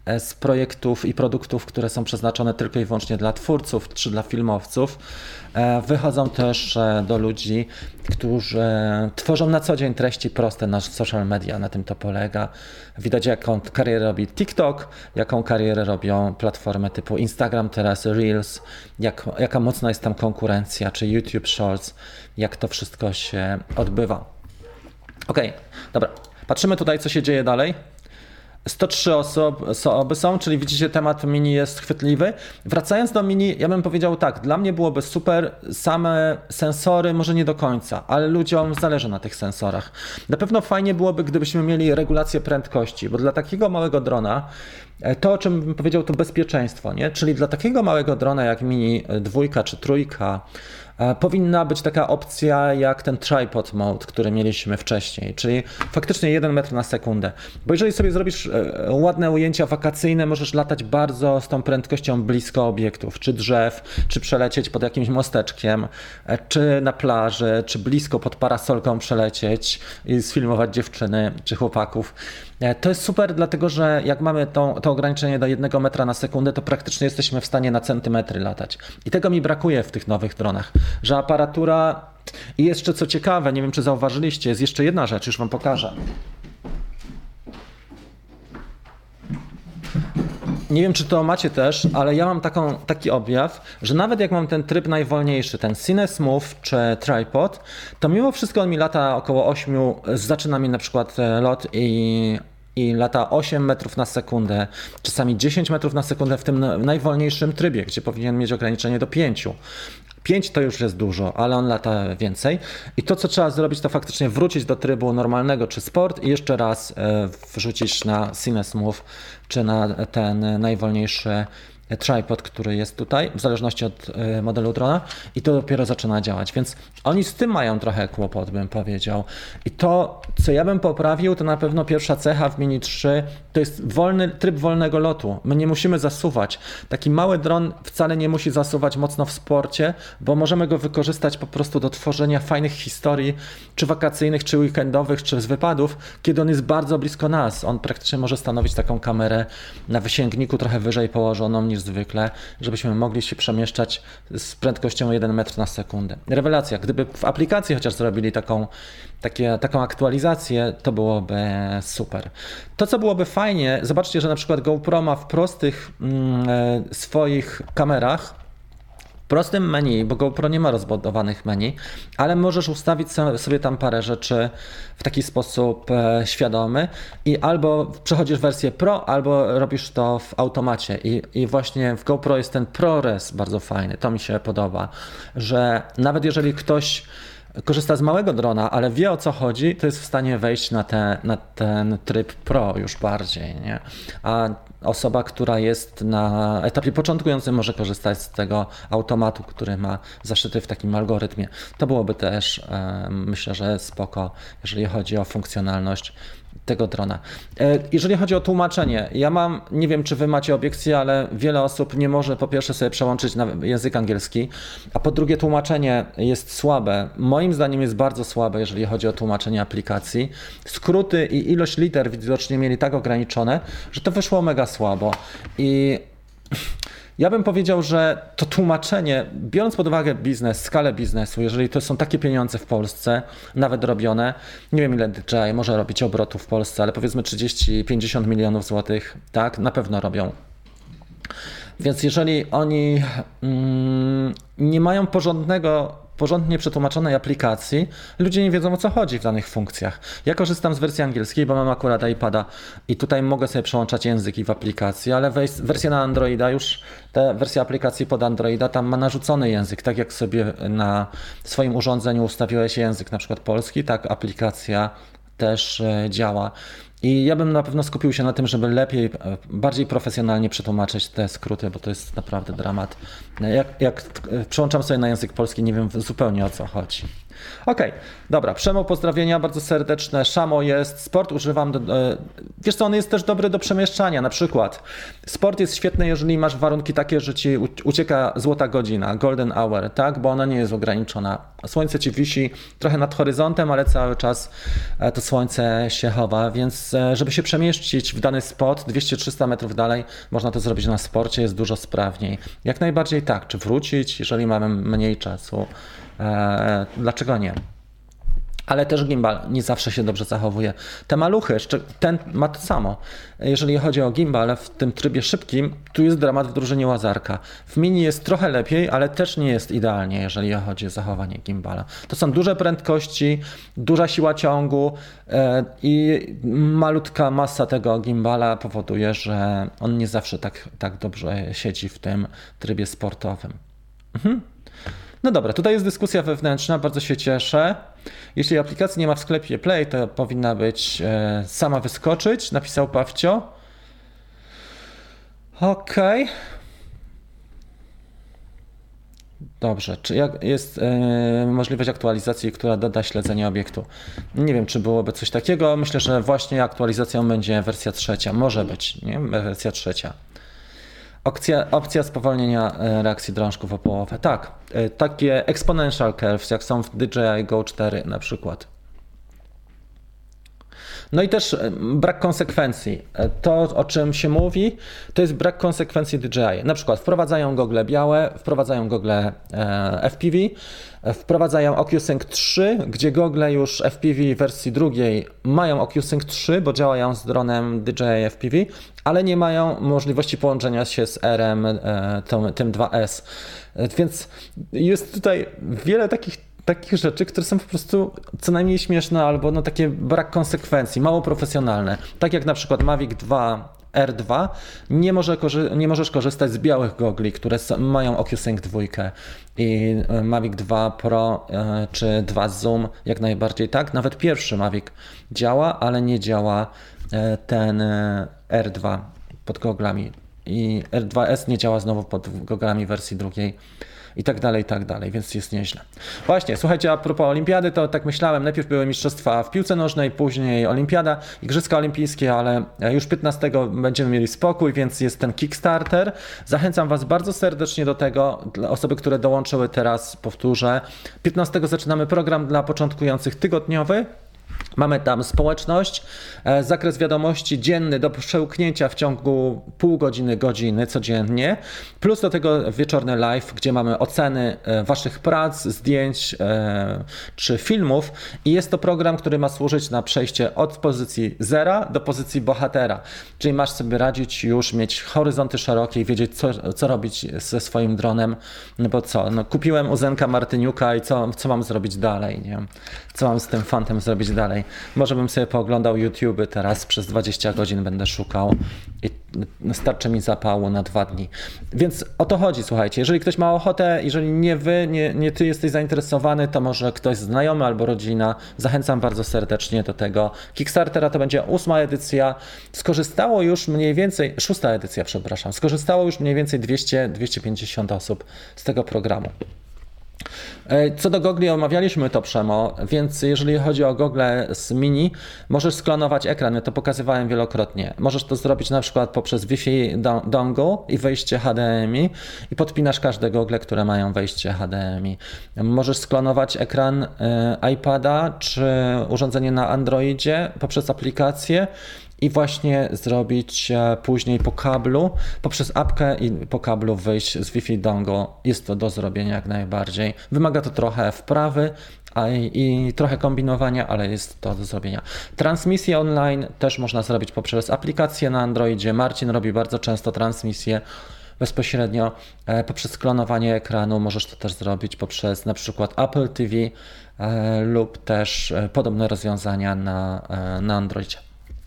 Speaker 1: z projektów i produktów, które są przeznaczone tylko i wyłącznie dla twórców czy dla filmowców. Wychodzą też do ludzi, którzy tworzą na co dzień treści proste na social media, na tym to polega. Widać, jaką karierę robi TikTok, jaką karierę robią platformy typu Instagram, teraz Reels, jak, jaka mocna jest tam konkurencja, czy YouTube Shorts, jak to wszystko się odbywa. Okej, okay, dobra, patrzymy tutaj, co się dzieje dalej. sto trzy osoby są, czyli widzicie, temat mini jest chwytliwy. Wracając do mini, ja bym powiedział tak, dla mnie byłoby super, same sensory może nie do końca, ale ludziom zależy na tych sensorach. Na pewno fajnie byłoby, gdybyśmy mieli regulację prędkości, bo dla takiego małego drona, to o czym bym powiedział, to bezpieczeństwo, nie? Czyli dla takiego małego drona jak mini dwójka czy trójka, powinna być taka opcja jak ten tripod mode, który mieliśmy wcześniej, czyli faktycznie jeden metr na sekundę. Bo jeżeli sobie zrobisz ładne ujęcia wakacyjne, możesz latać bardzo z tą prędkością blisko obiektów, czy drzew, czy przelecieć pod jakimś mosteczkiem, czy na plaży, czy blisko pod parasolką przelecieć i sfilmować dziewczyny czy chłopaków. To jest super, dlatego że jak mamy to, to ograniczenie do jednego metra na sekundę, to praktycznie jesteśmy w stanie na centymetry latać. I tego mi brakuje w tych nowych dronach, że aparatura... I jeszcze co ciekawe, nie wiem czy zauważyliście, jest jeszcze jedna rzecz, już wam pokażę. Nie wiem, czy to macie też, ale ja mam taką, taki objaw, że nawet jak mam ten tryb najwolniejszy, ten Cine Smooth czy Tripod, to mimo wszystko on mi lata około osiem, zaczyna mi na przykład lot i, i lata osiem metrów na sekundę, czasami dziesięć metrów na sekundę w tym najwolniejszym trybie, gdzie powinien mieć ograniczenie do pięciu. pięć to już jest dużo, ale on lata więcej. I to, co trzeba zrobić, to faktycznie wrócić do trybu normalnego czy sport i jeszcze raz wrzucić na Cine Smooth czy na ten najwolniejszy tripod, który jest tutaj, w zależności od modelu drona, i to dopiero zaczyna działać, więc oni z tym mają trochę kłopot, bym powiedział. I to, co ja bym poprawił, to na pewno pierwsza cecha w Mini trzy, to jest wolny, tryb wolnego lotu. My nie musimy zasuwać. Taki mały dron wcale nie musi zasuwać mocno w sporcie, bo możemy go wykorzystać po prostu do tworzenia fajnych historii, czy wakacyjnych, czy weekendowych, czy z wypadów, kiedy on jest bardzo blisko nas. On praktycznie może stanowić taką kamerę na wysięgniku trochę wyżej położoną niż zwykle, żebyśmy mogli się przemieszczać z prędkością jeden metr na sekundę. Rewelacja. Gdyby w aplikacji chociaż zrobili taką, takie, taką aktualizację, to byłoby super. To, co byłoby fajnie, zobaczcie, że na przykład GoPro ma w prostych mm, swoich kamerach prostym menu, bo GoPro nie ma rozbudowanych menu, ale możesz ustawić sobie tam parę rzeczy w taki sposób świadomy i albo przechodzisz wersję Pro, albo robisz to w automacie. I, i właśnie w GoPro jest ten ProRes bardzo fajny, to mi się podoba, że nawet jeżeli ktoś korzysta z małego drona, ale wie, o co chodzi, to jest w stanie wejść na, te, na ten tryb Pro już bardziej, nie? A osoba, która jest na etapie początkującym, może korzystać z tego automatu, który ma zaszyty w takim algorytmie. To byłoby też, e, myślę, że spoko, jeżeli chodzi o funkcjonalność tego drona. Jeżeli chodzi o tłumaczenie, ja mam, nie wiem czy wy macie obiekcje, ale wiele osób nie może po pierwsze sobie przełączyć na język angielski, a po drugie tłumaczenie jest słabe. Moim zdaniem jest bardzo słabe, jeżeli chodzi o tłumaczenie aplikacji. Skróty i ilość liter widocznie mieli tak ograniczone, że to wyszło mega słabo. I ja bym powiedział, że to tłumaczenie, biorąc pod uwagę biznes, skalę biznesu, jeżeli to są takie pieniądze w Polsce, nawet robione, nie wiem ile D J I może robić obrotów w Polsce, ale powiedzmy trzydzieści pięćdziesiąt milionów złotych, tak, na pewno robią. Więc jeżeli oni mm, nie mają porządnego, porządnie przetłumaczonej aplikacji, ludzie nie wiedzą, o co chodzi w danych funkcjach. Ja korzystam z wersji angielskiej, bo mam akurat iPada i tutaj mogę sobie przełączać języki w aplikacji, ale wersja na Androida już, ta wersja aplikacji pod Androida tam ma narzucony język, tak jak sobie na swoim urządzeniu ustawiłeś język na przykład polski, tak aplikacja też działa. I ja bym na pewno skupił się na tym, żeby lepiej, bardziej profesjonalnie przetłumaczyć te skróty, bo to jest naprawdę dramat. Jak, jak przełączam sobie na język polski, nie wiem zupełnie o co chodzi. Okej, okay, dobra, Przemo, pozdrowienia bardzo serdeczne. Szamo jest, sport używam do, Wiesz co, on jest też dobry do przemieszczania. Na przykład sport jest świetny, jeżeli masz warunki takie, że ci ucieka złota godzina, golden hour, tak? Bo ona nie jest ograniczona. Słońce ci wisi trochę nad horyzontem, ale cały czas to słońce się chowa, więc żeby się przemieścić w dany spot dwieście trzysta metrów dalej, można to zrobić na sporcie, jest dużo sprawniej. Jak najbardziej tak. Czy wrócić, jeżeli mamy mniej czasu? Eee, dlaczego nie? Ale też gimbal nie zawsze się dobrze zachowuje. Te maluchy, ten ma to samo. Jeżeli chodzi o gimbal w tym trybie szybkim, tu jest dramat w drużynie łazarka. W mini jest trochę lepiej, ale też nie jest idealnie, jeżeli chodzi o zachowanie gimbala. To są duże prędkości, duża siła ciągu i malutka masa tego gimbala powoduje, że on nie zawsze tak, tak dobrze siedzi w tym trybie sportowym. Mhm. No dobra, tutaj jest dyskusja wewnętrzna, bardzo się cieszę. Jeśli aplikacji nie ma w sklepie Play, to powinna być e, sama wyskoczyć, napisał Pawcio. Okej. Okay. Dobrze, czy jak jest e, możliwość aktualizacji, która doda śledzenie obiektu? Nie wiem, czy byłoby coś takiego. Myślę, że właśnie aktualizacją będzie wersja trzecia. Może być, nie? Wersja trzecia. Opcja, opcja spowolnienia reakcji drążków o połowę. Tak, takie exponential curves, jak są w D J I Go cztery na przykład. No i też brak konsekwencji. To, o czym się mówi, to jest brak konsekwencji D J I. Na przykład wprowadzają gogle białe, wprowadzają gogle F P V, wprowadzają OcuSync trzy, gdzie gogle już F P V wersji drugiej mają OcuSync trzy, bo działają z dronem D J I F P V, ale nie mają możliwości połączenia się z R M, tym dwa S. Więc jest tutaj wiele takich takich rzeczy, które są po prostu co najmniej śmieszne albo no takie brak konsekwencji, mało profesjonalne. Tak jak na przykład Mavic dwa R dwa, nie, może, nie możesz korzystać z białych gogli, które mają OcuSync dwa i Mavic dwa Pro czy dwa Zoom jak najbardziej tak. Nawet pierwszy Mavic działa, ale nie działa ten R dwa pod goglami i R dwa S nie działa znowu pod goglami wersji drugiej. I tak dalej, i tak dalej, więc jest nieźle. Właśnie, słuchajcie, a propos olimpiady, to tak myślałem, najpierw były mistrzostwa w piłce nożnej, później olimpiada, igrzyska olimpijskie, ale już piętnastego będziemy mieli spokój, więc jest ten Kickstarter. Zachęcam Was bardzo serdecznie do tego, dla osoby, które dołączyły teraz, powtórzę. piętnastego zaczynamy program dla początkujących tygodniowy. Mamy tam społeczność, zakres wiadomości dzienny do przełknięcia w ciągu pół godziny, godziny codziennie, plus do tego wieczorny live, gdzie mamy oceny Waszych prac, zdjęć czy filmów i jest to program, który ma służyć na przejście od pozycji zera do pozycji bohatera, czyli masz sobie radzić już, mieć horyzonty szerokie i wiedzieć, co, co robić ze swoim dronem, no bo co, no kupiłem u Zenka Martyniuka i co, co mam zrobić dalej, nie? Co mam z tym fantem zrobić dalej? Może bym sobie pooglądał YouTube teraz, przez dwadzieścia godzin będę szukał i starczy mi zapału na dwa dni. Więc o to chodzi, słuchajcie. Jeżeli ktoś ma ochotę, jeżeli nie wy, nie, nie ty jesteś zainteresowany, to może ktoś znajomy albo rodzina. Zachęcam bardzo serdecznie do tego. Kickstartera to będzie ósma edycja. Skorzystało już mniej więcej, szósta edycja, przepraszam. Skorzystało już mniej więcej dwieście do dwustu pięćdziesięciu osób z tego programu. Co do gogli, omawialiśmy to, Przemo, więc jeżeli chodzi o gogle z mini, możesz sklonować ekran, ja to pokazywałem wielokrotnie. Możesz to zrobić na przykład poprzez Wi-Fi dongle i wejście H D M I i podpinasz każde gogle, które mają wejście H D M I. Możesz sklonować ekran iPada czy urządzenie na Androidzie poprzez aplikację i właśnie zrobić później po kablu, poprzez apkę i po kablu wyjść z Wi-Fi dongle. Jest to do zrobienia jak najbardziej. Wymaga to trochę wprawy a i, i trochę kombinowania, ale jest to do zrobienia. Transmisję online też można zrobić poprzez aplikację na Androidzie. Marcin robi bardzo często transmisję bezpośrednio poprzez sklonowanie ekranu. Możesz to też zrobić poprzez na przykład Apple T V lub też podobne rozwiązania na, na Androidzie.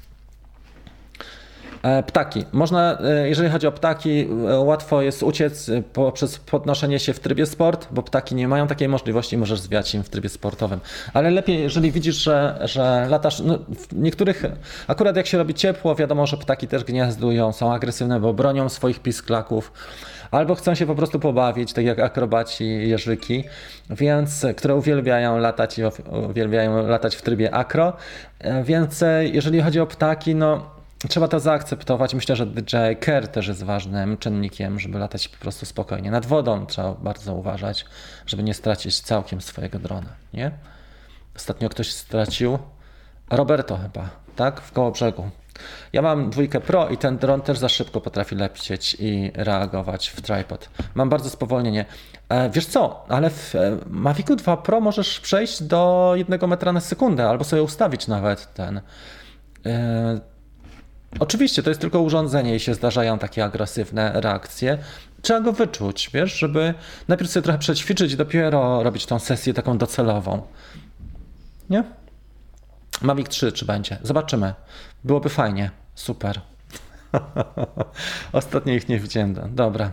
Speaker 1: Ptaki. Można, jeżeli chodzi o ptaki, łatwo jest uciec poprzez podnoszenie się w trybie sport, bo ptaki nie mają takiej możliwości, możesz zwiać im w trybie sportowym. Ale lepiej, jeżeli widzisz, że, że latasz, no w niektórych, akurat jak się robi ciepło, wiadomo, że ptaki też gniazdują, są agresywne, bo bronią swoich pisklaków, albo chcą się po prostu pobawić, tak jak akrobaci i jeżyki, więc, które uwielbiają latać i uwielbiają latać w trybie akro. Więc jeżeli chodzi o ptaki, no trzeba to zaakceptować. Myślę, że D J I care też jest ważnym czynnikiem, żeby latać po prostu spokojnie. Nad wodą trzeba bardzo uważać, żeby nie stracić całkiem swojego drona, nie? Ostatnio ktoś stracił, Roberto chyba, tak? W Kołobrzegu. Ja mam dwójkę Pro i ten dron też za szybko potrafi lecieć i reagować w tripod. Mam bardzo spowolnienie. E, wiesz co, ale w e, Mavicu dwa Pro możesz przejść do jednego metra na sekundę albo sobie ustawić nawet ten. E, oczywiście to jest tylko urządzenie i się zdarzają takie agresywne reakcje. Trzeba go wyczuć, wiesz, żeby najpierw sobie trochę przećwiczyć i dopiero robić tą sesję taką docelową. Nie? Mavic trzy czy będzie? Zobaczymy. Byłoby fajnie. Super. Ostatnio ich nie widziałem. Dobra.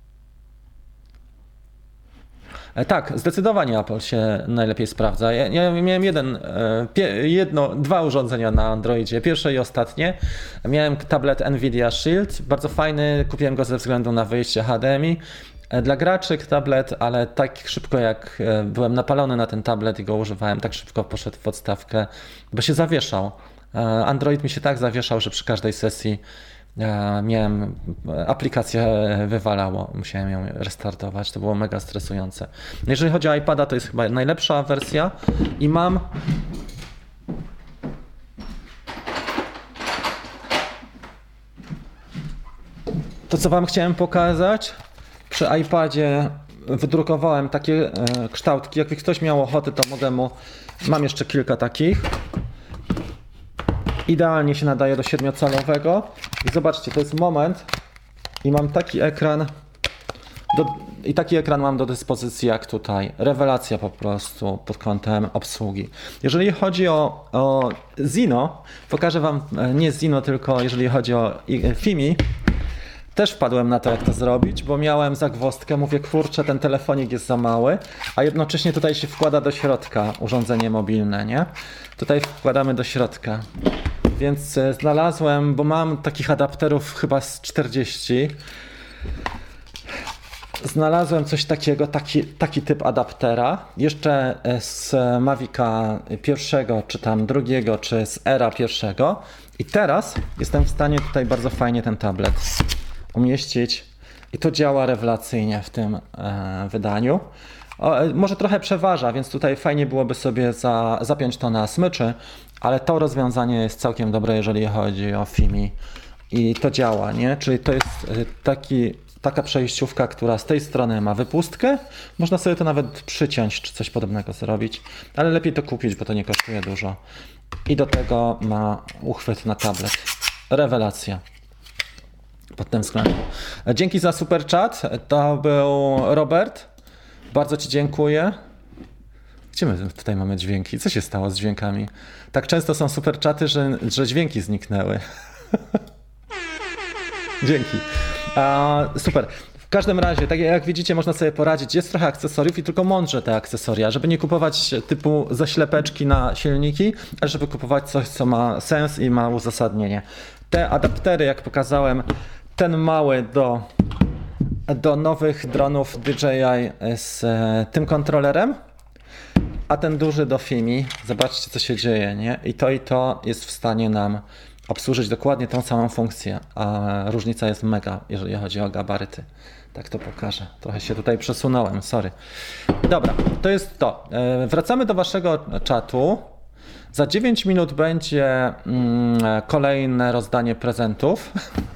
Speaker 1: E, tak, zdecydowanie Apple się najlepiej sprawdza. Ja, ja miałem jeden, e, jedno, dwa urządzenia na Androidzie, pierwsze i ostatnie. Miałem tablet Nvidia Shield, bardzo fajny, kupiłem go ze względu na wyjście H D M I. Dla graczy tablet, ale tak szybko jak byłem napalony na ten tablet i go używałem, tak szybko poszedł w odstawkę, bo się zawieszał. Android mi się tak zawieszał, że przy każdej sesji miałem, aplikację wywalało, musiałem ją restartować, to było mega stresujące. Jeżeli chodzi o iPada, to jest chyba najlepsza wersja i mam to, co wam chciałem pokazać. Przy iPadzie wydrukowałem takie e, kształtki. Jakby ktoś miał ochotę, to mogę mu... Mam jeszcze kilka takich. Idealnie się nadaje do siedmiocalowego. I zobaczcie, to jest moment i mam taki ekran do, i taki ekran mam do dyspozycji jak tutaj. Rewelacja po prostu pod kątem obsługi. Jeżeli chodzi o, o Zino, pokażę wam nie Zino, tylko jeżeli chodzi o Fimi, też wpadłem na to, jak to zrobić, bo miałem zagwozdkę, mówię, kurczę, ten telefonik jest za mały, a jednocześnie tutaj się wkłada do środka urządzenie mobilne, nie? Tutaj wkładamy do środka. Więc znalazłem, bo mam takich adapterów chyba z czterdzieści. Znalazłem coś takiego, taki, taki typ adaptera. Jeszcze z Mavica pierwszego, czy tam drugiego, czy z Era pierwszego. I teraz jestem w stanie tutaj bardzo fajnie ten tablet umieścić i to działa rewelacyjnie w tym e, wydaniu. O, może trochę przeważa, więc tutaj fajnie byłoby sobie za, zapiąć to na smyczy, ale to rozwiązanie jest całkiem dobre, jeżeli chodzi o Fimi i to działa, nie? Czyli to jest taki, taka przejściówka, która z tej strony ma wypustkę, można sobie to nawet przyciąć, czy coś podobnego zrobić, ale lepiej to kupić, bo to nie kosztuje dużo. I do tego ma uchwyt na tablet. Rewelacja pod tym względem. Dzięki za super chat. To był Robert. Bardzo ci dziękuję. Gdzie my tutaj mamy dźwięki? Co się stało z dźwiękami? Tak często są super czaty, że, że dźwięki zniknęły. Dzięki. A, super. W każdym razie, tak jak widzicie, można sobie poradzić. Jest trochę akcesoriów i tylko mądrze te akcesoria, żeby nie kupować typu zaślepeczki na silniki, ale żeby kupować coś, co ma sens i ma uzasadnienie. Te adaptery, jak pokazałem, ten mały do, do nowych dronów D J I z e, tym kontrolerem, a ten duży do Fimi. Zobaczcie, co się dzieje, nie? I to i to jest w stanie nam obsłużyć dokładnie tą samą funkcję, a różnica jest mega, jeżeli chodzi o gabaryty. Tak to pokażę. Trochę się tutaj przesunąłem, sorry. Dobra, to jest to. E, wracamy do waszego czatu. Za dziewięć minut będzie mm, kolejne rozdanie prezentów.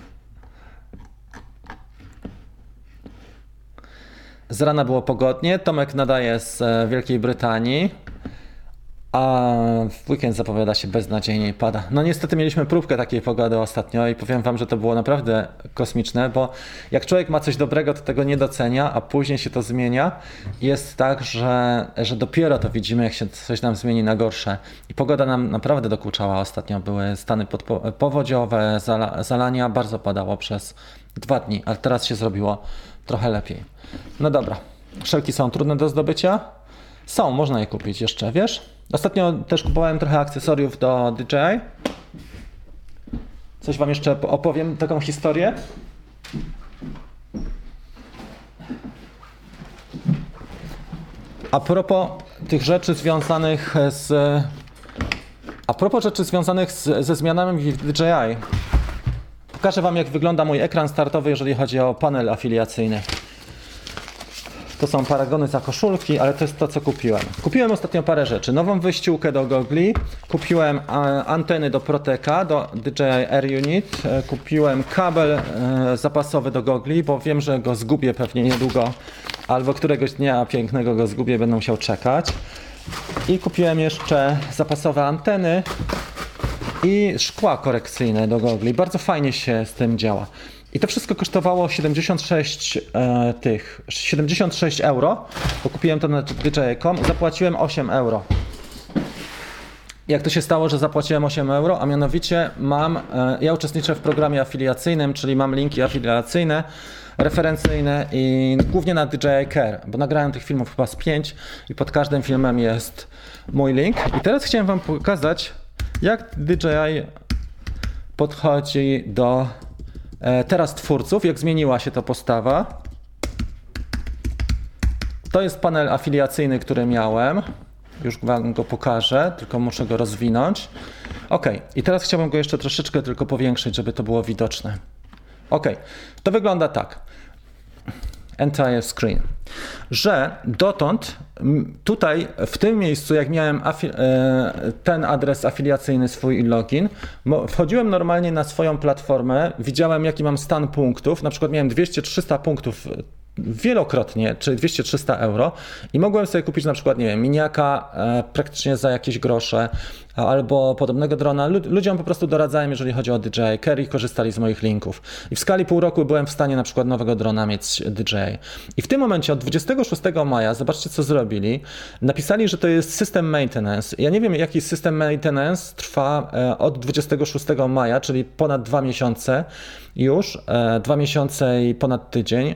Speaker 1: Z rana było pogodnie. Tomek nadaje z Wielkiej Brytanii, a w weekend zapowiada się beznadziejnie i pada. No niestety mieliśmy próbkę takiej pogody ostatnio i powiem wam, że to było naprawdę kosmiczne, bo jak człowiek ma coś dobrego, to tego nie docenia, a później się to zmienia. Jest tak, że, że dopiero to widzimy, jak się coś nam zmieni na gorsze. I pogoda nam naprawdę dokuczała ostatnio. Były stany podpo- powodziowe, zala- zalania, bardzo padało przez dwa dni, ale teraz się zrobiło trochę lepiej. No dobra, szelki są trudne do zdobycia? Są, można je kupić jeszcze, wiesz? Ostatnio też kupowałem trochę akcesoriów do D J I. Coś wam jeszcze opowiem, taką historię. A propos tych rzeczy związanych z... A propos rzeczy związanych z, ze zmianami w D J I. pokażę wam, jak wygląda mój ekran startowy, jeżeli chodzi o panel afiliacyjny. To są paragony za koszulki, ale to jest to, co kupiłem. Kupiłem ostatnio parę rzeczy. Nową wyściółkę do gogli, kupiłem anteny do Proteka, do D J I Air Unit, kupiłem kabel zapasowy do gogli, bo wiem, że go zgubię pewnie niedługo, albo któregoś dnia pięknego go zgubię, będę musiał czekać. I kupiłem jeszcze zapasowe anteny i szkła korekcyjne do gogli. Bardzo fajnie się z tym działa. I to wszystko kosztowało siedemdziesiąt sześć e, tych, siedemdziesiąt sześć euro, bo kupiłem to na D J I kropka com, zapłaciłem osiem euro. Jak to się stało, że zapłaciłem osiem euro, a mianowicie mam, e, ja uczestniczę w programie afiliacyjnym, czyli mam linki afiliacyjne, referencyjne i głównie na D J I Care, bo nagrałem tych filmów chyba z pięć i pod każdym filmem jest mój link. I teraz chciałem wam pokazać, jak D J I podchodzi do teraz twórców, jak zmieniła się ta postawa. To jest panel afiliacyjny, który miałem. Już wam go pokażę, tylko muszę go rozwinąć. Ok, i teraz chciałbym go jeszcze troszeczkę tylko powiększyć, żeby to było widoczne. Ok, to wygląda tak. Entire screen. Że dotąd tutaj w tym miejscu, jak miałem ten adres afiliacyjny swój i login, wchodziłem normalnie na swoją platformę, widziałem jaki mam stan punktów, na przykład miałem dwieście trzysta punktów wielokrotnie, czyli dwieście trzysta euro i mogłem sobie kupić na przykład, nie wiem, miniaka e, praktycznie za jakieś grosze albo podobnego drona. Lud ludziom po prostu doradzałem, jeżeli chodzi o D J I Care i korzystali z moich linków. I w skali pół roku byłem w stanie na przykład nowego drona mieć D J I. I w tym momencie od dwudziestego szóstego maja, zobaczcie co zrobili, napisali, że to jest system maintenance. Ja nie wiem jaki system maintenance trwa e, od dwudziestego szóstego maja, czyli ponad dwa miesiące już, e, dwa miesiące i ponad tydzień.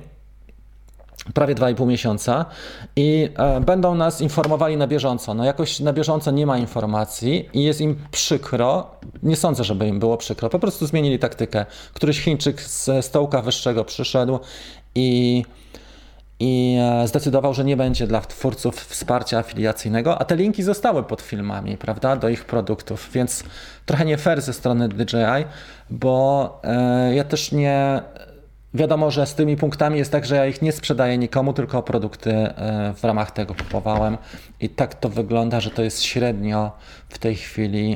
Speaker 1: Prawie dwa i pół miesiąca i e, będą nas informowali na bieżąco. No jakoś na bieżąco nie ma informacji i jest im przykro. Nie sądzę, żeby im było przykro. Po prostu zmienili taktykę. Któryś Chińczyk z stołka wyższego przyszedł i, i e, zdecydował, że nie będzie dla twórców wsparcia afiliacyjnego, a te linki zostały pod filmami, prawda, do ich produktów, więc trochę nie fair ze strony D J I, bo e, ja też nie... Wiadomo, że z tymi punktami jest tak, że ja ich nie sprzedaję nikomu, tylko produkty w ramach tego kupowałem i tak to wygląda, że to jest średnio w tej chwili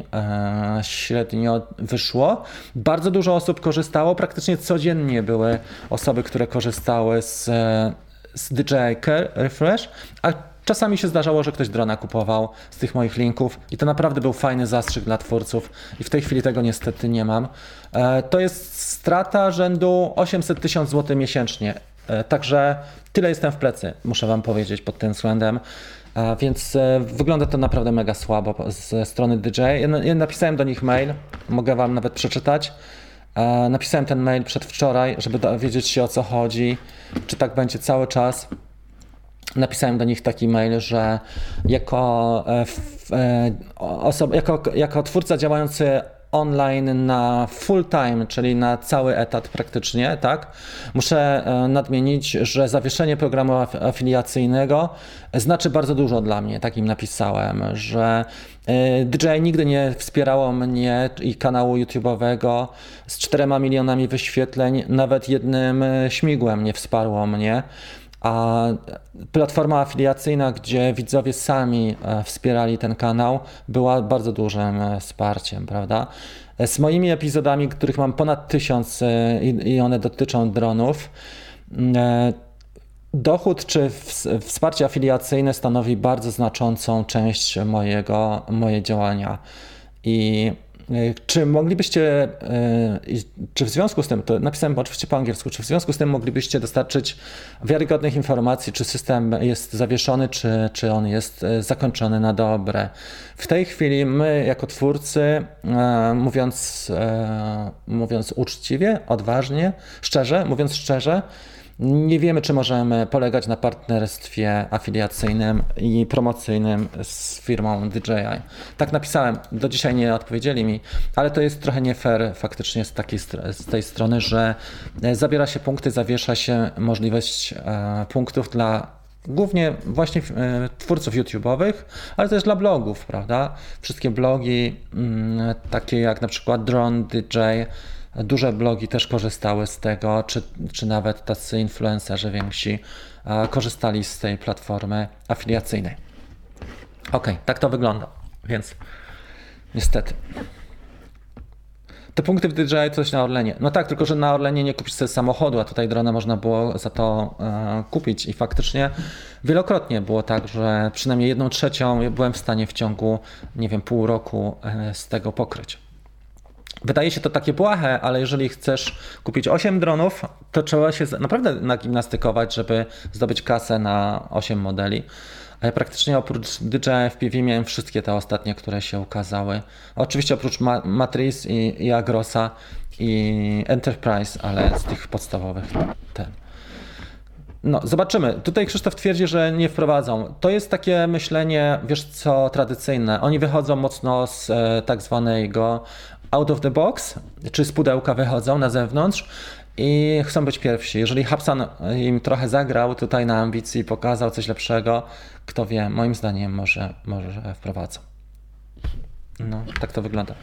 Speaker 1: średnio wyszło. Bardzo dużo osób korzystało, praktycznie codziennie były osoby, które korzystały z, z D J I Care Refresh, a czasami się zdarzało, że ktoś drona kupował z tych moich linków i to naprawdę był fajny zastrzyk dla twórców i w tej chwili tego niestety nie mam. To jest strata rzędu osiemset tysięcy złotych miesięcznie, także tyle jestem w plecy, muszę wam powiedzieć pod tym względem. Więc wygląda to naprawdę mega słabo ze strony D J I. Ja napisałem do nich mail, mogę wam nawet przeczytać. Napisałem ten mail przedwczoraj, żeby dowiedzieć się o co chodzi, czy tak będzie cały czas. Napisałem do nich taki mail, że jako, osoba, jako, jako twórca działający online na full time, czyli na cały etat praktycznie, tak, muszę nadmienić, że zawieszenie programu afiliacyjnego znaczy bardzo dużo dla mnie, tak im napisałem, że D J I nigdy nie wspierało mnie i kanału YouTube'owego z czterema milionami wyświetleń, nawet jednym śmigłem nie wsparło mnie. A platforma afiliacyjna, gdzie widzowie sami wspierali ten kanał, była bardzo dużym wsparciem, prawda? Z moimi epizodami, których mam ponad tysiąc i one dotyczą dronów, dochód czy wsparcie afiliacyjne stanowi bardzo znaczącą część mojego, moje działania. I czy moglibyście, czy w związku z tym, to napisałem oczywiście po angielsku, czy w związku z tym moglibyście dostarczyć wiarygodnych informacji, czy system jest zawieszony, czy, czy on jest zakończony na dobre. W tej chwili my jako twórcy, mówiąc, mówiąc uczciwie, odważnie, szczerze, mówiąc szczerze, nie wiemy, czy możemy polegać na partnerstwie afiliacyjnym i promocyjnym z firmą D J I. Tak napisałem, do dzisiaj nie odpowiedzieli mi, ale to jest trochę nie fair faktycznie z, takiej, z tej strony, że zabiera się punkty, zawiesza się możliwość e, punktów dla głównie właśnie e, twórców YouTube'owych, ale też dla blogów, prawda? Wszystkie blogi m, takie jak na przykład Drone D J, duże blogi też korzystały z tego, czy, czy nawet tacy influencerzy więksi korzystali z tej platformy afiliacyjnej. Ok, tak to wygląda, więc niestety. Te punkty w D J I coś na Orlenie. No tak, tylko że na Orlenie nie kupisz sobie samochodu, a tutaj drona można było za to e, kupić i faktycznie wielokrotnie było tak, że przynajmniej jedną trzecią byłem w stanie w ciągu, nie wiem, pół roku e, z tego pokryć. Wydaje się to takie błahe, ale jeżeli chcesz kupić osiem dronów, to trzeba się naprawdę nagimnastykować, żeby zdobyć kasę na osiem modeli. A ja praktycznie oprócz D J I F P V miałem wszystkie te ostatnie, które się ukazały. Oczywiście oprócz Ma- Matrice i, i Agrosa i Enterprise, ale z tych podstawowych ten. No, zobaczymy. Tutaj Krzysztof twierdzi, że nie wprowadzą. To jest takie myślenie, wiesz co, tradycyjne. Oni wychodzą mocno z e, tak zwanego out of the box, czy z pudełka wychodzą na zewnątrz i chcą być pierwsi. Jeżeli Hubsan im trochę zagrał tutaj na ambicji i pokazał coś lepszego, kto wie, moim zdaniem może, może wprowadzą. No, tak to wygląda.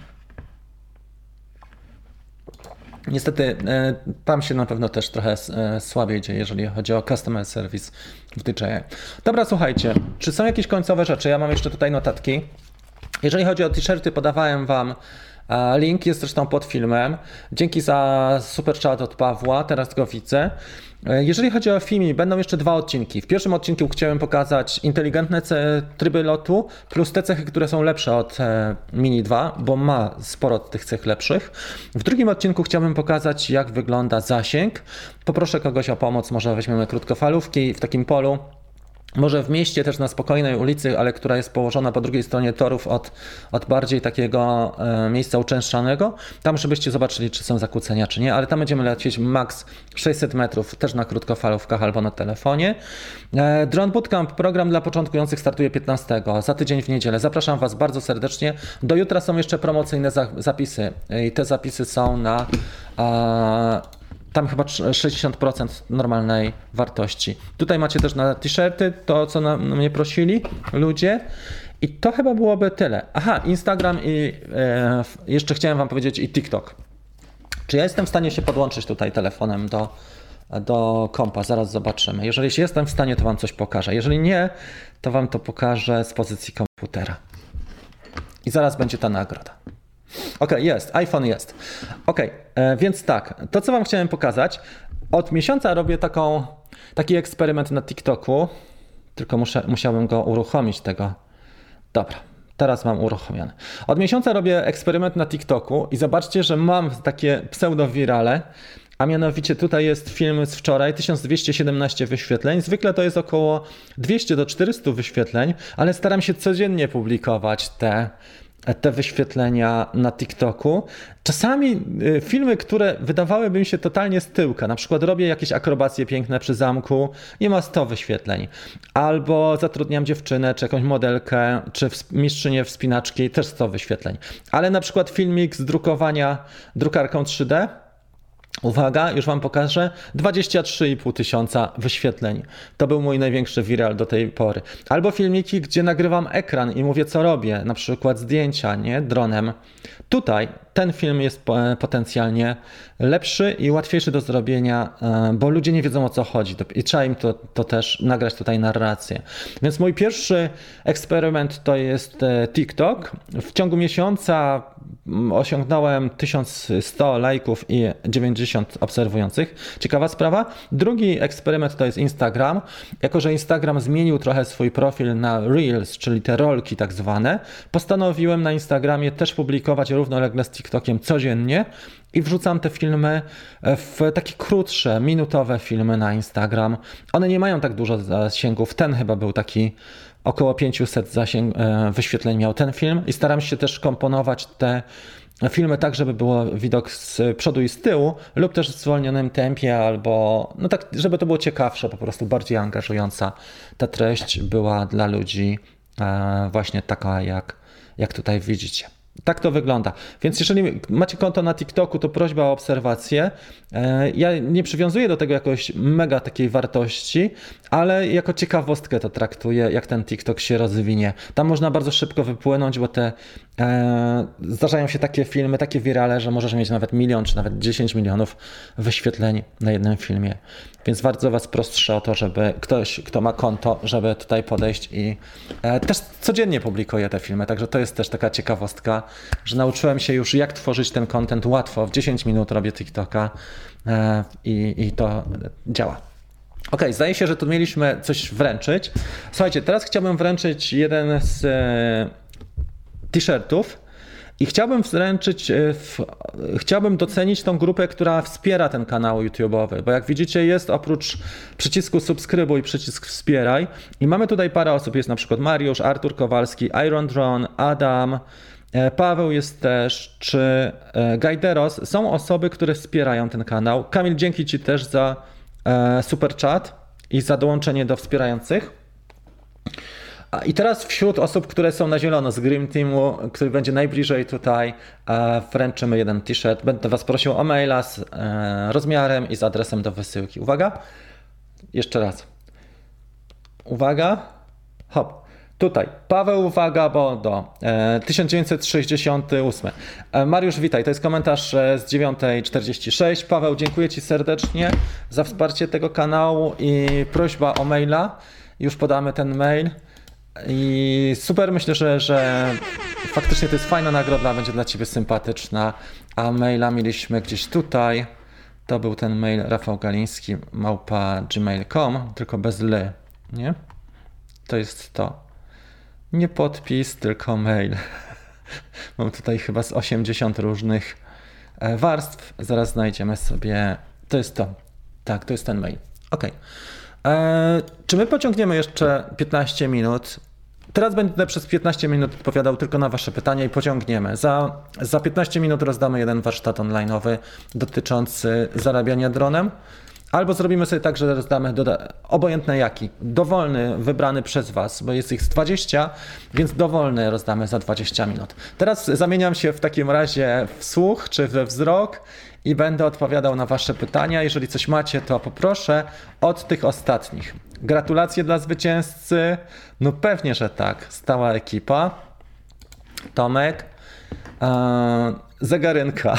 Speaker 1: Niestety tam się na pewno też trochę słabiej dzieje, jeżeli chodzi o customer service w D J I. Dobra, słuchajcie, czy są jakieś końcowe rzeczy? Ja mam jeszcze tutaj notatki. Jeżeli chodzi o t-shirty, podawałem wam link, jest zresztą pod filmem. Dzięki za super chat od Pawła, teraz go widzę. Jeżeli chodzi o Fimi, będą jeszcze dwa odcinki. W pierwszym odcinku chciałem pokazać inteligentne tryby lotu plus te cechy, które są lepsze od Mini dwa, bo ma sporo tych cech lepszych. W drugim odcinku chciałbym pokazać, jak wygląda zasięg. Poproszę kogoś o pomoc, może weźmiemy krótkofalówki w takim polu. Może w mieście, też na spokojnej ulicy, ale która jest położona po drugiej stronie torów od, od bardziej takiego e, miejsca uczęszczanego. Tam, żebyście zobaczyli, czy są zakłócenia, czy nie, ale tam będziemy lecieć max sześćset metrów, też na krótkofalówkach albo na telefonie. E, Drone Bootcamp, program dla początkujących, startuje piętnastego, za tydzień w niedzielę. Zapraszam Was bardzo serdecznie. Do jutra są jeszcze promocyjne za, zapisy i te zapisy są na... E, Tam chyba sześćdziesiąt procent normalnej wartości. Tutaj macie też na t-shirty to, co na mnie prosili ludzie. I to chyba byłoby tyle. Aha, Instagram i e, jeszcze chciałem wam powiedzieć i TikTok. Czy ja jestem w stanie się podłączyć tutaj telefonem do, do kompa? Zaraz zobaczymy. Jeżeli jestem w stanie, to wam coś pokażę. Jeżeli nie, to wam to pokażę z pozycji komputera. I zaraz będzie ta nagroda. Ok, jest, iPhone jest. Ok, e, więc tak, to co wam chciałem pokazać, od miesiąca robię taką, taki eksperyment na TikToku, tylko muszę, musiałbym go uruchomić tego. Dobra, teraz mam uruchomiony. Od miesiąca robię eksperyment na TikToku i zobaczcie, że mam takie pseudo-wirale, a mianowicie tutaj jest film z wczoraj, tysiąc dwieście siedemnaście wyświetleń. Zwykle to jest około dwieście do czterystu wyświetleń, ale staram się codziennie publikować te te wyświetlenia na TikToku. Czasami filmy, które wydawałyby mi się totalnie z tyłka, na przykład robię jakieś akrobacje piękne przy zamku, nie ma sto wyświetleń. Albo zatrudniam dziewczynę, czy jakąś modelkę, czy mistrzynię wspinaczki, też sto wyświetleń. Ale na przykład filmik z drukowania drukarką trzy D, uwaga, już wam pokażę, dwadzieścia trzy i pół tysiąca wyświetleń. To był mój największy viral do tej pory. Albo filmiki, gdzie nagrywam ekran i mówię, co robię, na przykład zdjęcia, nie, dronem. Tutaj ten film jest potencjalnie lepszy i łatwiejszy do zrobienia, bo ludzie nie wiedzą, o co chodzi i trzeba im to, to też nagrać tutaj narrację. Więc mój pierwszy eksperyment to jest TikTok. W ciągu miesiąca osiągnąłem tysiąc sto lajków i dziewięćdziesiąt obserwujących. Ciekawa sprawa. Drugi eksperyment to jest Instagram. Jako że Instagram zmienił trochę swój profil na Reels, czyli te rolki tak zwane, postanowiłem na Instagramie też publikować równolegle z TikTokiem codziennie i wrzucam te filmy w takie krótsze, minutowe filmy na Instagram. One nie mają tak dużo zasięgów. Ten chyba był taki około pięćset zasięg, wyświetleń miał ten film i staram się też komponować te filmy tak, żeby było widok z przodu i z tyłu lub też w zwolnionym tempie albo no tak, żeby to było ciekawsze, po prostu bardziej angażująca ta treść była dla ludzi właśnie taka jak, jak tutaj widzicie. Tak to wygląda. Więc jeżeli macie konto na TikToku, to prośba o obserwację. Ja nie przywiązuję do tego jakoś mega takiej wartości, ale jako ciekawostkę to traktuję, jak ten TikTok się rozwinie. Tam można bardzo szybko wypłynąć, bo te e, zdarzają się takie filmy, takie wirale, że możesz mieć nawet milion, czy nawet dziesięć milionów wyświetleń na jednym filmie. Więc bardzo was proszę o to, żeby ktoś, kto ma konto, żeby tutaj podejść i e, też codziennie publikuję te filmy, także to jest też taka ciekawostka, że nauczyłem się już, jak tworzyć ten content łatwo. W dziesięć minut robię TikToka e, i, i to działa. Ok, zdaje się, że tu mieliśmy coś wręczyć. Słuchajcie, teraz chciałbym wręczyć jeden z e, t-shirtów i chciałbym wręczyć, e, w, chciałbym docenić tą grupę, która wspiera ten kanał YouTube'owy, bo jak widzicie jest oprócz przycisku subskrybuj, przycisk wspieraj i mamy tutaj parę osób, jest na przykład Mariusz, Artur Kowalski, Iron Drone, Adam, Paweł jest też, czy Gajderos. Są osoby, które wspierają ten kanał. Kamil, dzięki Ci też za super chat i za dołączenie do wspierających. I teraz wśród osób, które są na zielono z Grim Teamu, który będzie najbliżej tutaj, wręczymy jeden t-shirt. Będę Was prosił o maila z rozmiarem i z adresem do wysyłki. Uwaga, jeszcze raz. Uwaga, hop. Tutaj, Paweł, uwaga, bo do e, tysiąc dziewięćset sześćdziesiąty ósmy. E, Mariusz, witaj, to jest komentarz e, z dziewiątej czterdzieści sześć. Paweł, dziękuję Ci serdecznie za wsparcie tego kanału i prośba o maila. Już podamy ten mail. I super, myślę, że, że faktycznie to jest fajna nagroda, będzie dla Ciebie sympatyczna. A maila mieliśmy gdzieś tutaj. To był ten mail Rafał Galiński, małpa gmail kropka com, tylko bez ly, nie? To jest to. Nie podpis, tylko mail. Mam tutaj chyba z osiemdziesiąt różnych warstw. Zaraz znajdziemy sobie. To jest to. Tak, to jest ten mail. Ok. Eee, czy my pociągniemy jeszcze piętnaście minut? Teraz będę przez piętnaście minut odpowiadał tylko na Wasze pytania i pociągniemy. Za, za piętnaście minut rozdamy jeden warsztat online'owy dotyczący zarabiania dronem. Albo zrobimy sobie tak, że rozdamy obojętne jaki, dowolny, wybrany przez Was, bo jest ich z dwadzieścia, więc dowolny rozdamy za dwadzieścia minut. Teraz zamieniam się w takim razie w słuch czy we wzrok i będę odpowiadał na Wasze pytania. Jeżeli coś macie, to poproszę od tych ostatnich. Gratulacje dla zwycięzcy. No pewnie, że tak. Stała ekipa. Tomek. Eee, zegarynka.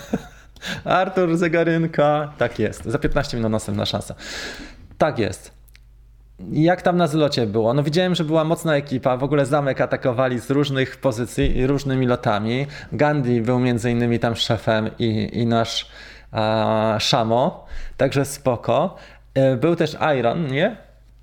Speaker 1: Artur, zegarynka. Tak jest. Za piętnaście minut następna szansa. Tak jest. Jak tam na zlocie było? No widziałem, że była mocna ekipa. W ogóle zamek atakowali z różnych pozycji i różnymi lotami. Gandhi był między innymi tam szefem i, i nasz a, Szamo. Także spoko. Był też Iron, nie?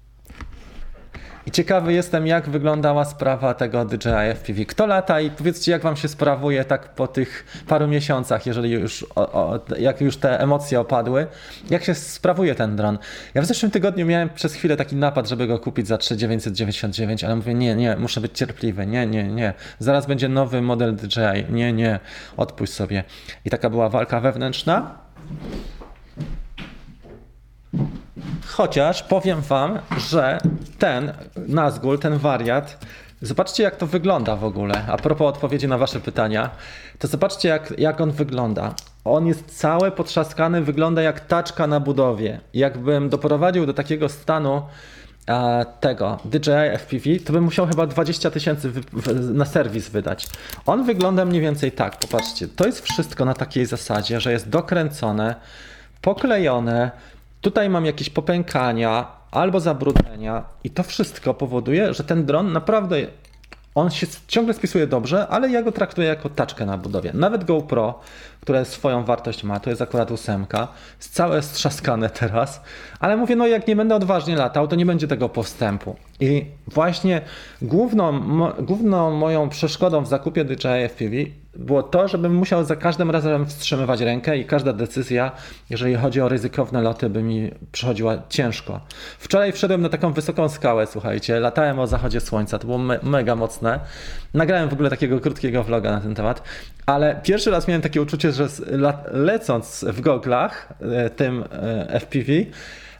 Speaker 1: I ciekawy jestem, jak wyglądała sprawa tego D J I F P V. Kto lata i powiedzcie, jak wam się sprawuje tak po tych paru miesiącach, jeżeli już, o, o, jak już te emocje opadły, jak się sprawuje ten dron. Ja w zeszłym tygodniu miałem przez chwilę taki napad, żeby go kupić za trzy tysiące dziewięćset dziewięćdziesiąt dziewięć, ale mówię, nie, nie, muszę być cierpliwy, nie, nie, nie. Zaraz będzie nowy model D J I, nie, nie, odpuść sobie. I taka była walka wewnętrzna. Chociaż powiem wam, że ten Nazgul, ten wariat, zobaczcie jak to wygląda w ogóle. A propos odpowiedzi na wasze pytania, to zobaczcie jak, jak on wygląda. On jest cały potrzaskany, wygląda jak taczka na budowie. Jakbym doprowadził do takiego stanu a, tego D J I F P V, to bym musiał chyba dwadzieścia tysięcy na serwis wydać. On wygląda mniej więcej tak, popatrzcie. To jest wszystko na takiej zasadzie, że jest dokręcone, poklejone. Tutaj mam jakieś popękania albo zabrudzenia i to wszystko powoduje, że ten dron naprawdę, on się ciągle spisuje dobrze, ale ja go traktuję jako taczkę na budowie. Nawet GoPro, które swoją wartość ma, to jest akurat ósemka, jest całe strzaskane teraz, ale mówię, no jak nie będę odważnie latał, to nie będzie tego postępu. I właśnie główną, mo, główną moją przeszkodą w zakupie D J I F P V było to, żebym musiał za każdym razem wstrzymywać rękę i każda decyzja, jeżeli chodzi o ryzykowne loty, by mi przychodziła ciężko. Wczoraj wszedłem na taką wysoką skałę, słuchajcie, latałem o zachodzie słońca, to było me mega mocne. Nagrałem w ogóle takiego krótkiego vloga na ten temat, ale pierwszy raz miałem takie uczucie, że lecąc w goglach tym F P V,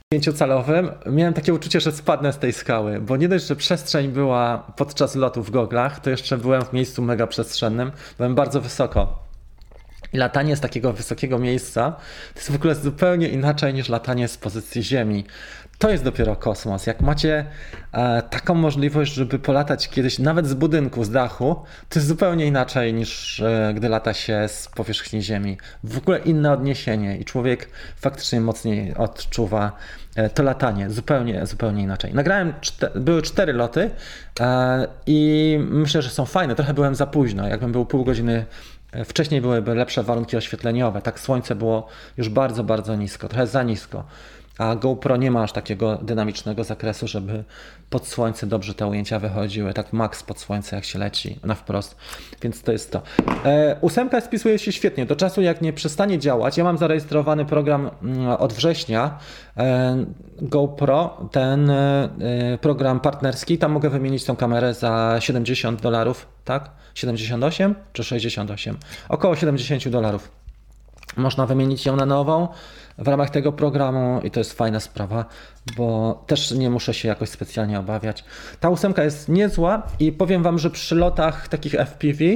Speaker 1: pięciocalowym, miałem takie uczucie, że spadnę z tej skały, bo nie dość, że przestrzeń była podczas lotu w goglach, to jeszcze byłem w miejscu mega przestrzennym, byłem bardzo wysoko. I latanie z takiego wysokiego miejsca to jest w ogóle zupełnie inaczej niż latanie z pozycji Ziemi. To jest dopiero kosmos. Jak macie e, taką możliwość, żeby polatać kiedyś nawet z budynku, z dachu, to jest zupełnie inaczej niż e, gdy lata się z powierzchni Ziemi. W ogóle inne odniesienie i człowiek faktycznie mocniej odczuwa e, to latanie. Zupełnie, zupełnie inaczej. Nagrałem, czte, były cztery loty e, i myślę, że są fajne. Trochę byłem za późno. Jakbym był pół godziny wcześniej, byłyby lepsze warunki oświetleniowe. Tak słońce było już bardzo, bardzo nisko, trochę za nisko. A GoPro nie ma aż takiego dynamicznego zakresu, żeby pod słońce dobrze te ujęcia wychodziły. Tak max pod słońce, jak się leci na wprost. Więc to jest to. E, ósemka spisuje się świetnie. Do czasu, jak nie przestanie działać, ja mam zarejestrowany program od września e, GoPro, ten e, program partnerski. Tam mogę wymienić tą kamerę za siedemdziesiąt dolarów, tak? siedemdziesiąt osiem czy sześćdziesiąt osiem? Około siedemdziesiąt dolarów. Można wymienić ją na nową w ramach tego programu i to jest fajna sprawa, bo też nie muszę się jakoś specjalnie obawiać. Ta ósemka jest niezła i powiem wam, że przy lotach takich F P V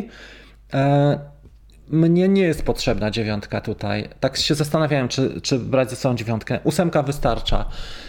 Speaker 1: e, mnie nie jest potrzebna dziewiątka tutaj. Tak się zastanawiałem, czy, czy brać ze sobą dziewiątkę. Ósemka wystarcza,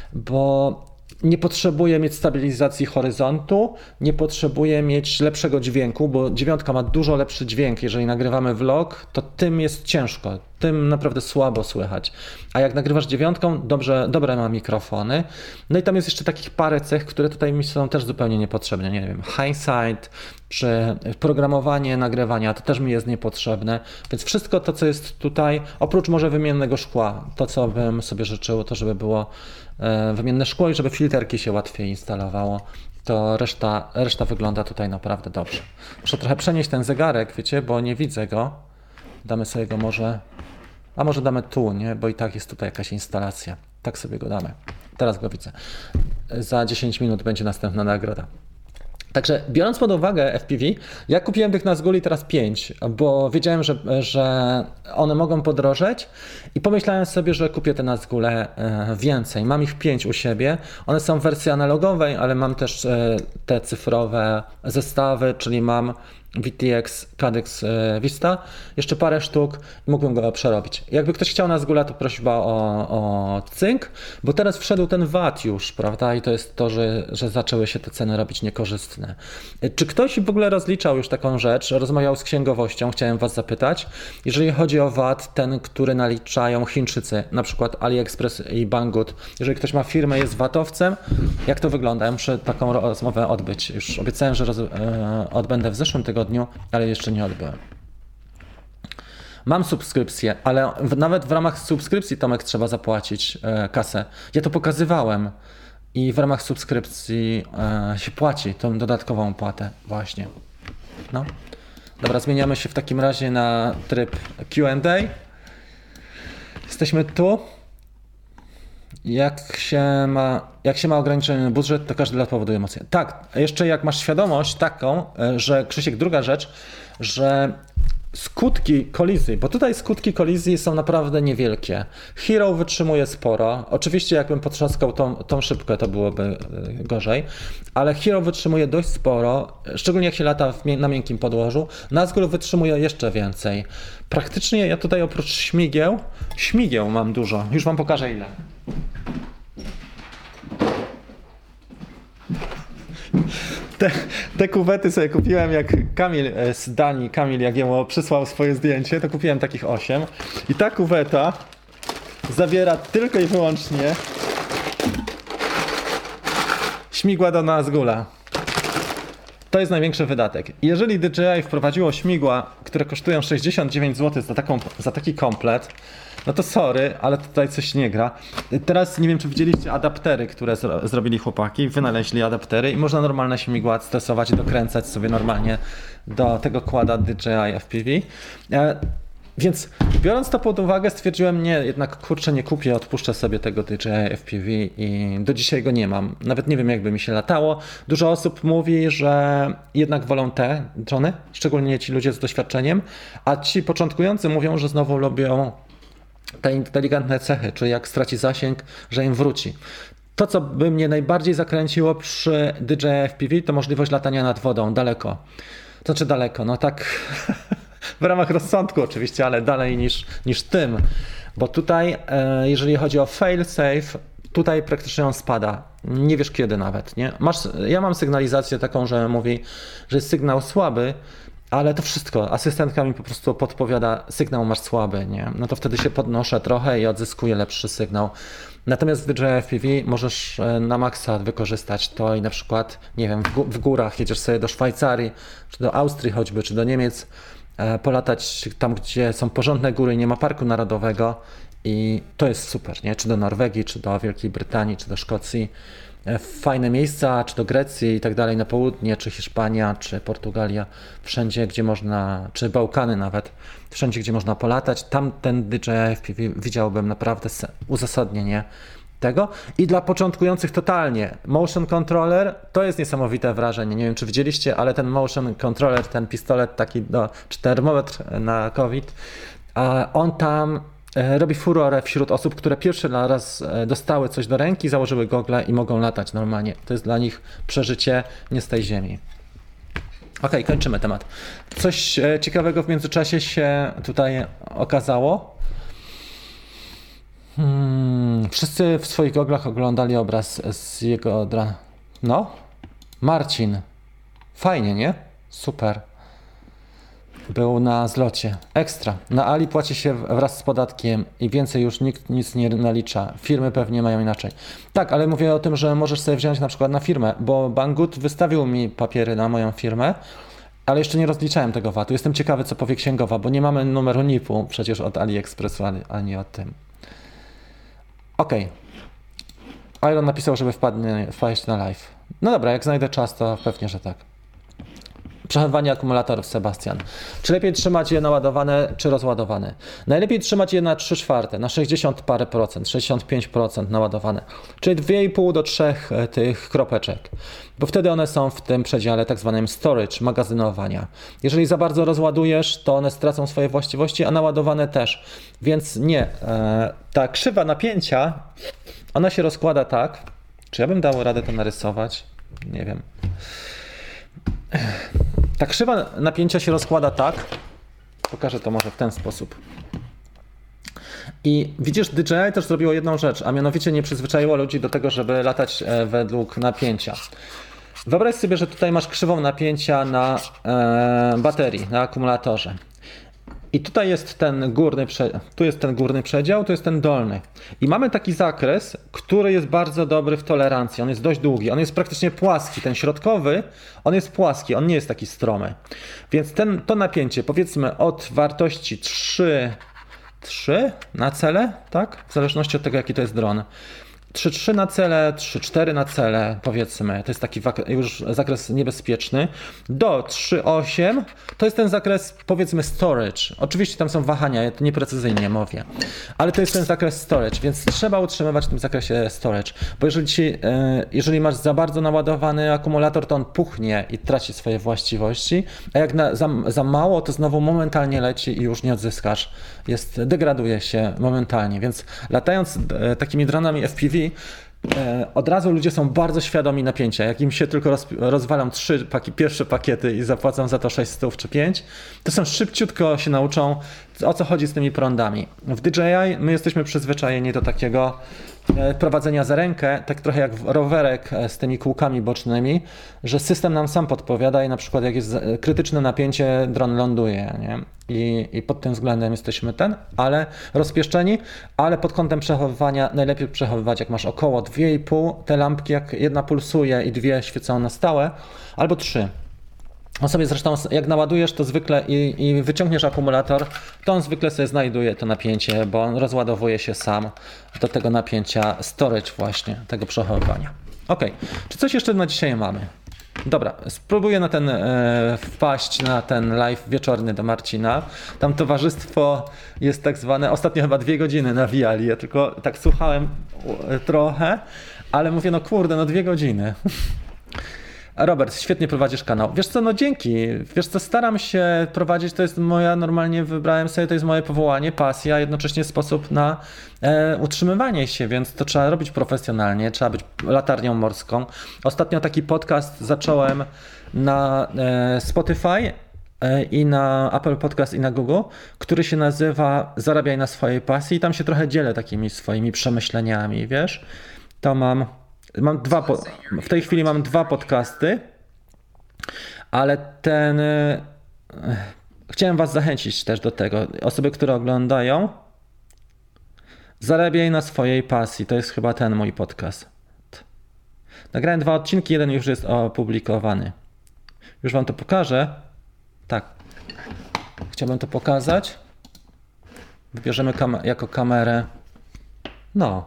Speaker 1: bo nie potrzebuję mieć stabilizacji horyzontu, nie potrzebuję mieć lepszego dźwięku, bo dziewiątka ma dużo lepszy dźwięk. Jeżeli nagrywamy vlog, to tym jest ciężko, tym naprawdę słabo słychać. A jak nagrywasz dziewiątką, dobrze, dobre ma mikrofony. No i tam jest jeszcze takich parę cech, które tutaj mi są też zupełnie niepotrzebne. Nie wiem, hindsight czy programowanie nagrywania, to też mi jest niepotrzebne. Więc wszystko to, co jest tutaj, oprócz może wymiennego szkła, to co bym sobie życzył, to żeby było wymienne szkło i żeby filterki się łatwiej instalowało, to reszta, reszta wygląda tutaj naprawdę dobrze. Muszę trochę przenieść ten zegarek, wiecie, bo nie widzę go. Damy sobie go może, a może damy tu, nie, bo i tak jest tutaj jakaś instalacja. Tak sobie go damy. Teraz go widzę. Za dziesięć minut będzie następna nagroda. Także biorąc pod uwagę F P V, ja kupiłem tych Nazguli teraz pięć, bo wiedziałem, że, że one mogą podrożeć i pomyślałem sobie, że kupię te Nazgule więcej. Mam ich pięć u siebie. One są w wersji analogowej, ale mam też te cyfrowe zestawy, czyli mam V T X Cadex Vista, jeszcze parę sztuk i mógłbym go przerobić. Jakby ktoś chciał Nazgula, to prośba o, o cynk, bo teraz wszedł ten V A T już, prawda? I to jest to, że, że zaczęły się te ceny robić niekorzystne. Czy ktoś w ogóle rozliczał już taką rzecz, rozmawiał z księgowością, chciałem was zapytać, jeżeli chodzi o V A T, ten, który naliczają Chińczycy, na przykład AliExpress i Banggood, jeżeli ktoś ma firmę, jest vatowcem, jak to wygląda? Ja muszę taką rozmowę odbyć. Już obiecałem, że roz, e, odbędę w zeszłym tygodniu, dniu, ale jeszcze nie odbyłem. Mam subskrypcję, ale w, nawet w ramach subskrypcji, Tomek, trzeba zapłacić e, kasę. Ja to pokazywałem i w ramach subskrypcji e, się płaci tą dodatkową płatę właśnie. No. Dobra, zmieniamy się w takim razie na tryb Q and A. Jesteśmy tu. Jak się ma, jak się ma ograniczony budżet, to każdy lat powoduje emocje. Tak, jeszcze jak masz świadomość taką, że Krzysiek, druga rzecz, że skutki kolizji, bo tutaj skutki kolizji są naprawdę niewielkie. Hero wytrzymuje sporo. Oczywiście jakbym potrzaskał tą, tą szybkę, to byłoby gorzej, ale Hero wytrzymuje dość sporo, szczególnie jak się lata w, na miękkim podłożu. Nazgul wytrzymuje jeszcze więcej. Praktycznie ja tutaj oprócz śmigieł, śmigieł mam dużo. Już wam pokażę ile. Te, te kuwety sobie kupiłem, jak Kamil z Danii, Kamil jak jemu przysłał swoje zdjęcie, to kupiłem takich osiem. I ta kuweta zawiera tylko i wyłącznie śmigła do Nazgula. To jest największy wydatek. Jeżeli D J I wprowadziło śmigła, które kosztują sześćdziesiąt dziewięć złotych za, taką, za taki komplet, no to sorry, ale tutaj coś nie gra. Teraz nie wiem, czy widzieliście adaptery, które zro zrobili chłopaki, wynaleźli adaptery i można normalne śmigła stosować i dokręcać sobie normalnie do tego kłada D J I F P V. E, więc biorąc to pod uwagę, stwierdziłem, nie, jednak kurczę, nie kupię, odpuszczę sobie tego D J I F P V i do dzisiaj go nie mam. Nawet nie wiem, jakby mi się latało. Dużo osób mówi, że jednak wolą te drony, szczególnie ci ludzie z doświadczeniem, a ci początkujący mówią, że znowu lubią te inteligentne cechy, czyli jak straci zasięg, że im wróci. To, co by mnie najbardziej zakręciło przy D J I F P V, to możliwość latania nad wodą, daleko. To znaczy daleko, no tak w ramach rozsądku oczywiście, ale dalej niż, niż tym. Bo tutaj, e, jeżeli chodzi o fail safe, tutaj praktycznie on spada. Nie wiesz kiedy nawet, nie? Masz, ja mam sygnalizację taką, że mówi, że jest sygnał słaby, ale to wszystko, asystentka mi po prostu podpowiada, sygnał masz słaby, nie? No to wtedy się podnoszę trochę i odzyskuję lepszy sygnał. Natomiast w D J I F P V możesz na maksa wykorzystać to i na przykład, nie wiem, w, w górach jedziesz sobie do Szwajcarii, czy do Austrii choćby, czy do Niemiec, e, polatać tam, gdzie są porządne góry i nie ma parku narodowego i to jest super, nie? Czy do Norwegii, czy do Wielkiej Brytanii, czy do Szkocji. Fajne miejsca, czy do Grecji i tak dalej na południe, czy Hiszpania, czy Portugalia, wszędzie gdzie można, czy Bałkany nawet, wszędzie gdzie można polatać, tam ten D J I F P V widziałbym naprawdę uzasadnienie tego. I dla początkujących totalnie, motion controller to jest niesamowite wrażenie, nie wiem czy widzieliście, ale ten motion controller, ten pistolet taki, no, czy termometr na COVID, on tam robi furorę wśród osób, które pierwszy raz dostały coś do ręki, założyły gogle i mogą latać normalnie. To jest dla nich przeżycie nie z tej ziemi. Ok, kończymy temat. Coś ciekawego w międzyczasie się tutaj okazało. Hmm, wszyscy w swoich goglach oglądali obraz z jego... Dra... No, Marcin. Fajnie, nie? Super. Był na zlocie. Ekstra. Na Ali płaci się wraz z podatkiem i więcej już nikt nic nie nalicza. Firmy pewnie mają inaczej. Tak, ale mówię o tym, że możesz sobie wziąć na przykład na firmę, bo Banggood wystawił mi papiery na moją firmę, ale jeszcze nie rozliczałem tego V A T-u. Jestem ciekawy, co powie księgowa, bo nie mamy numeru N I P-u przecież od AliExpressu, ani od tym. Okej. Okay. Iron napisał, żeby wpadnie, wpaść na live. No dobra, jak znajdę czas, to pewnie, że tak. Przechowywanie akumulatorów, Sebastian. Czy lepiej trzymać je naładowane, czy rozładowane? Najlepiej trzymać je na trzy czwarte, na sześćdziesiąt parę procent, sześćdziesiąt pięć procent naładowane. Czyli dwa i pół do trzech tych kropeczek. Bo wtedy one są w tym przedziale tak zwanym storage, magazynowania. Jeżeli za bardzo rozładujesz, to one stracą swoje właściwości, a naładowane też. Więc nie. Ta krzywa napięcia, ona się rozkłada tak. Czy ja bym dał radę to narysować? Nie wiem. Ta krzywa napięcia się rozkłada tak, pokażę to może w ten sposób. I widzisz, D J I też zrobiło jedną rzecz, a mianowicie nie przyzwyczaiło ludzi do tego, żeby latać według napięcia. Wyobraź sobie, że tutaj masz krzywą napięcia na e, baterii, na akumulatorze. I tutaj jest ten górny, tu jest ten górny przedział, tu jest ten dolny. I mamy taki zakres, który jest bardzo dobry w tolerancji. On jest dość długi, on jest praktycznie płaski. Ten środkowy, on jest płaski, on nie jest taki stromy. Więc ten, to napięcie, powiedzmy od wartości trzy, trzy na cele, tak? W zależności od tego, jaki to jest dron. trzy trzy na cele, trzy cztery na cele, powiedzmy, to jest taki już zakres niebezpieczny, do trzy osiem to jest ten zakres, powiedzmy, storage. Oczywiście tam są wahania, ja to nieprecyzyjnie mówię, ale to jest ten zakres storage, więc trzeba utrzymywać w tym zakresie storage, bo jeżeli, ci, jeżeli masz za bardzo naładowany akumulator, to on puchnie i traci swoje właściwości, a jak na, za, za mało, to znowu momentalnie leci i już nie odzyskasz, jest, degraduje się momentalnie, więc latając takimi dronami F P V, od razu ludzie są bardzo świadomi napięcia. Jak im się tylko roz, rozwalam trzy paki, pierwsze pakiety i zapłacą za to sześćset czy pięć, to są szybciutko się nauczą, o co chodzi z tymi prądami. W D J I my jesteśmy przyzwyczajeni do takiego prowadzenia za rękę, tak trochę jak rowerek z tymi kółkami bocznymi, że system nam sam podpowiada i na przykład jak jest krytyczne napięcie, dron ląduje, nie? I, i pod tym względem jesteśmy ten, ale rozpieszczeni, ale pod kątem przechowywania najlepiej przechowywać jak masz około dwa i pół, te lampki jak jedna pulsuje i dwie świecą na stałe, albo trzy. On sobie zresztą, jak naładujesz to zwykle i, i wyciągniesz akumulator, to on zwykle sobie znajduje to napięcie, bo on rozładowuje się sam do tego napięcia storage właśnie, tego przechowywania. Ok, czy coś jeszcze na dzisiaj mamy? Dobra, spróbuję na ten, e, wpaść na ten live wieczorny do Marcina. Tam towarzystwo jest tak zwane, ostatnio chyba dwie godziny nawijali, ja tylko tak słuchałem trochę, ale mówię, no kurde, no dwie godziny. Robert, świetnie prowadzisz kanał. Wiesz co, no dzięki. Wiesz co, staram się prowadzić, to jest moja, normalnie wybrałem sobie, to jest moje powołanie, pasja, jednocześnie sposób na e, utrzymywanie się, więc to trzeba robić profesjonalnie, trzeba być latarnią morską. Ostatnio taki podcast zacząłem na e, Spotify e, i na Apple Podcast i na Google, który się nazywa Zarabiaj na swojej pasji i tam się trochę dzielę takimi swoimi przemyśleniami, wiesz. To mam... Mam dwa, po, w tej chwili mam dwa podcasty, ale ten, chciałem was zachęcić też do tego, osoby, które oglądają, zarabiaj na swojej pasji, to jest chyba ten mój podcast. Nagrałem dwa odcinki, jeden już jest opublikowany. Już wam to pokażę. Tak, chciałbym to pokazać. Wybierzemy kam- jako kamerę. No.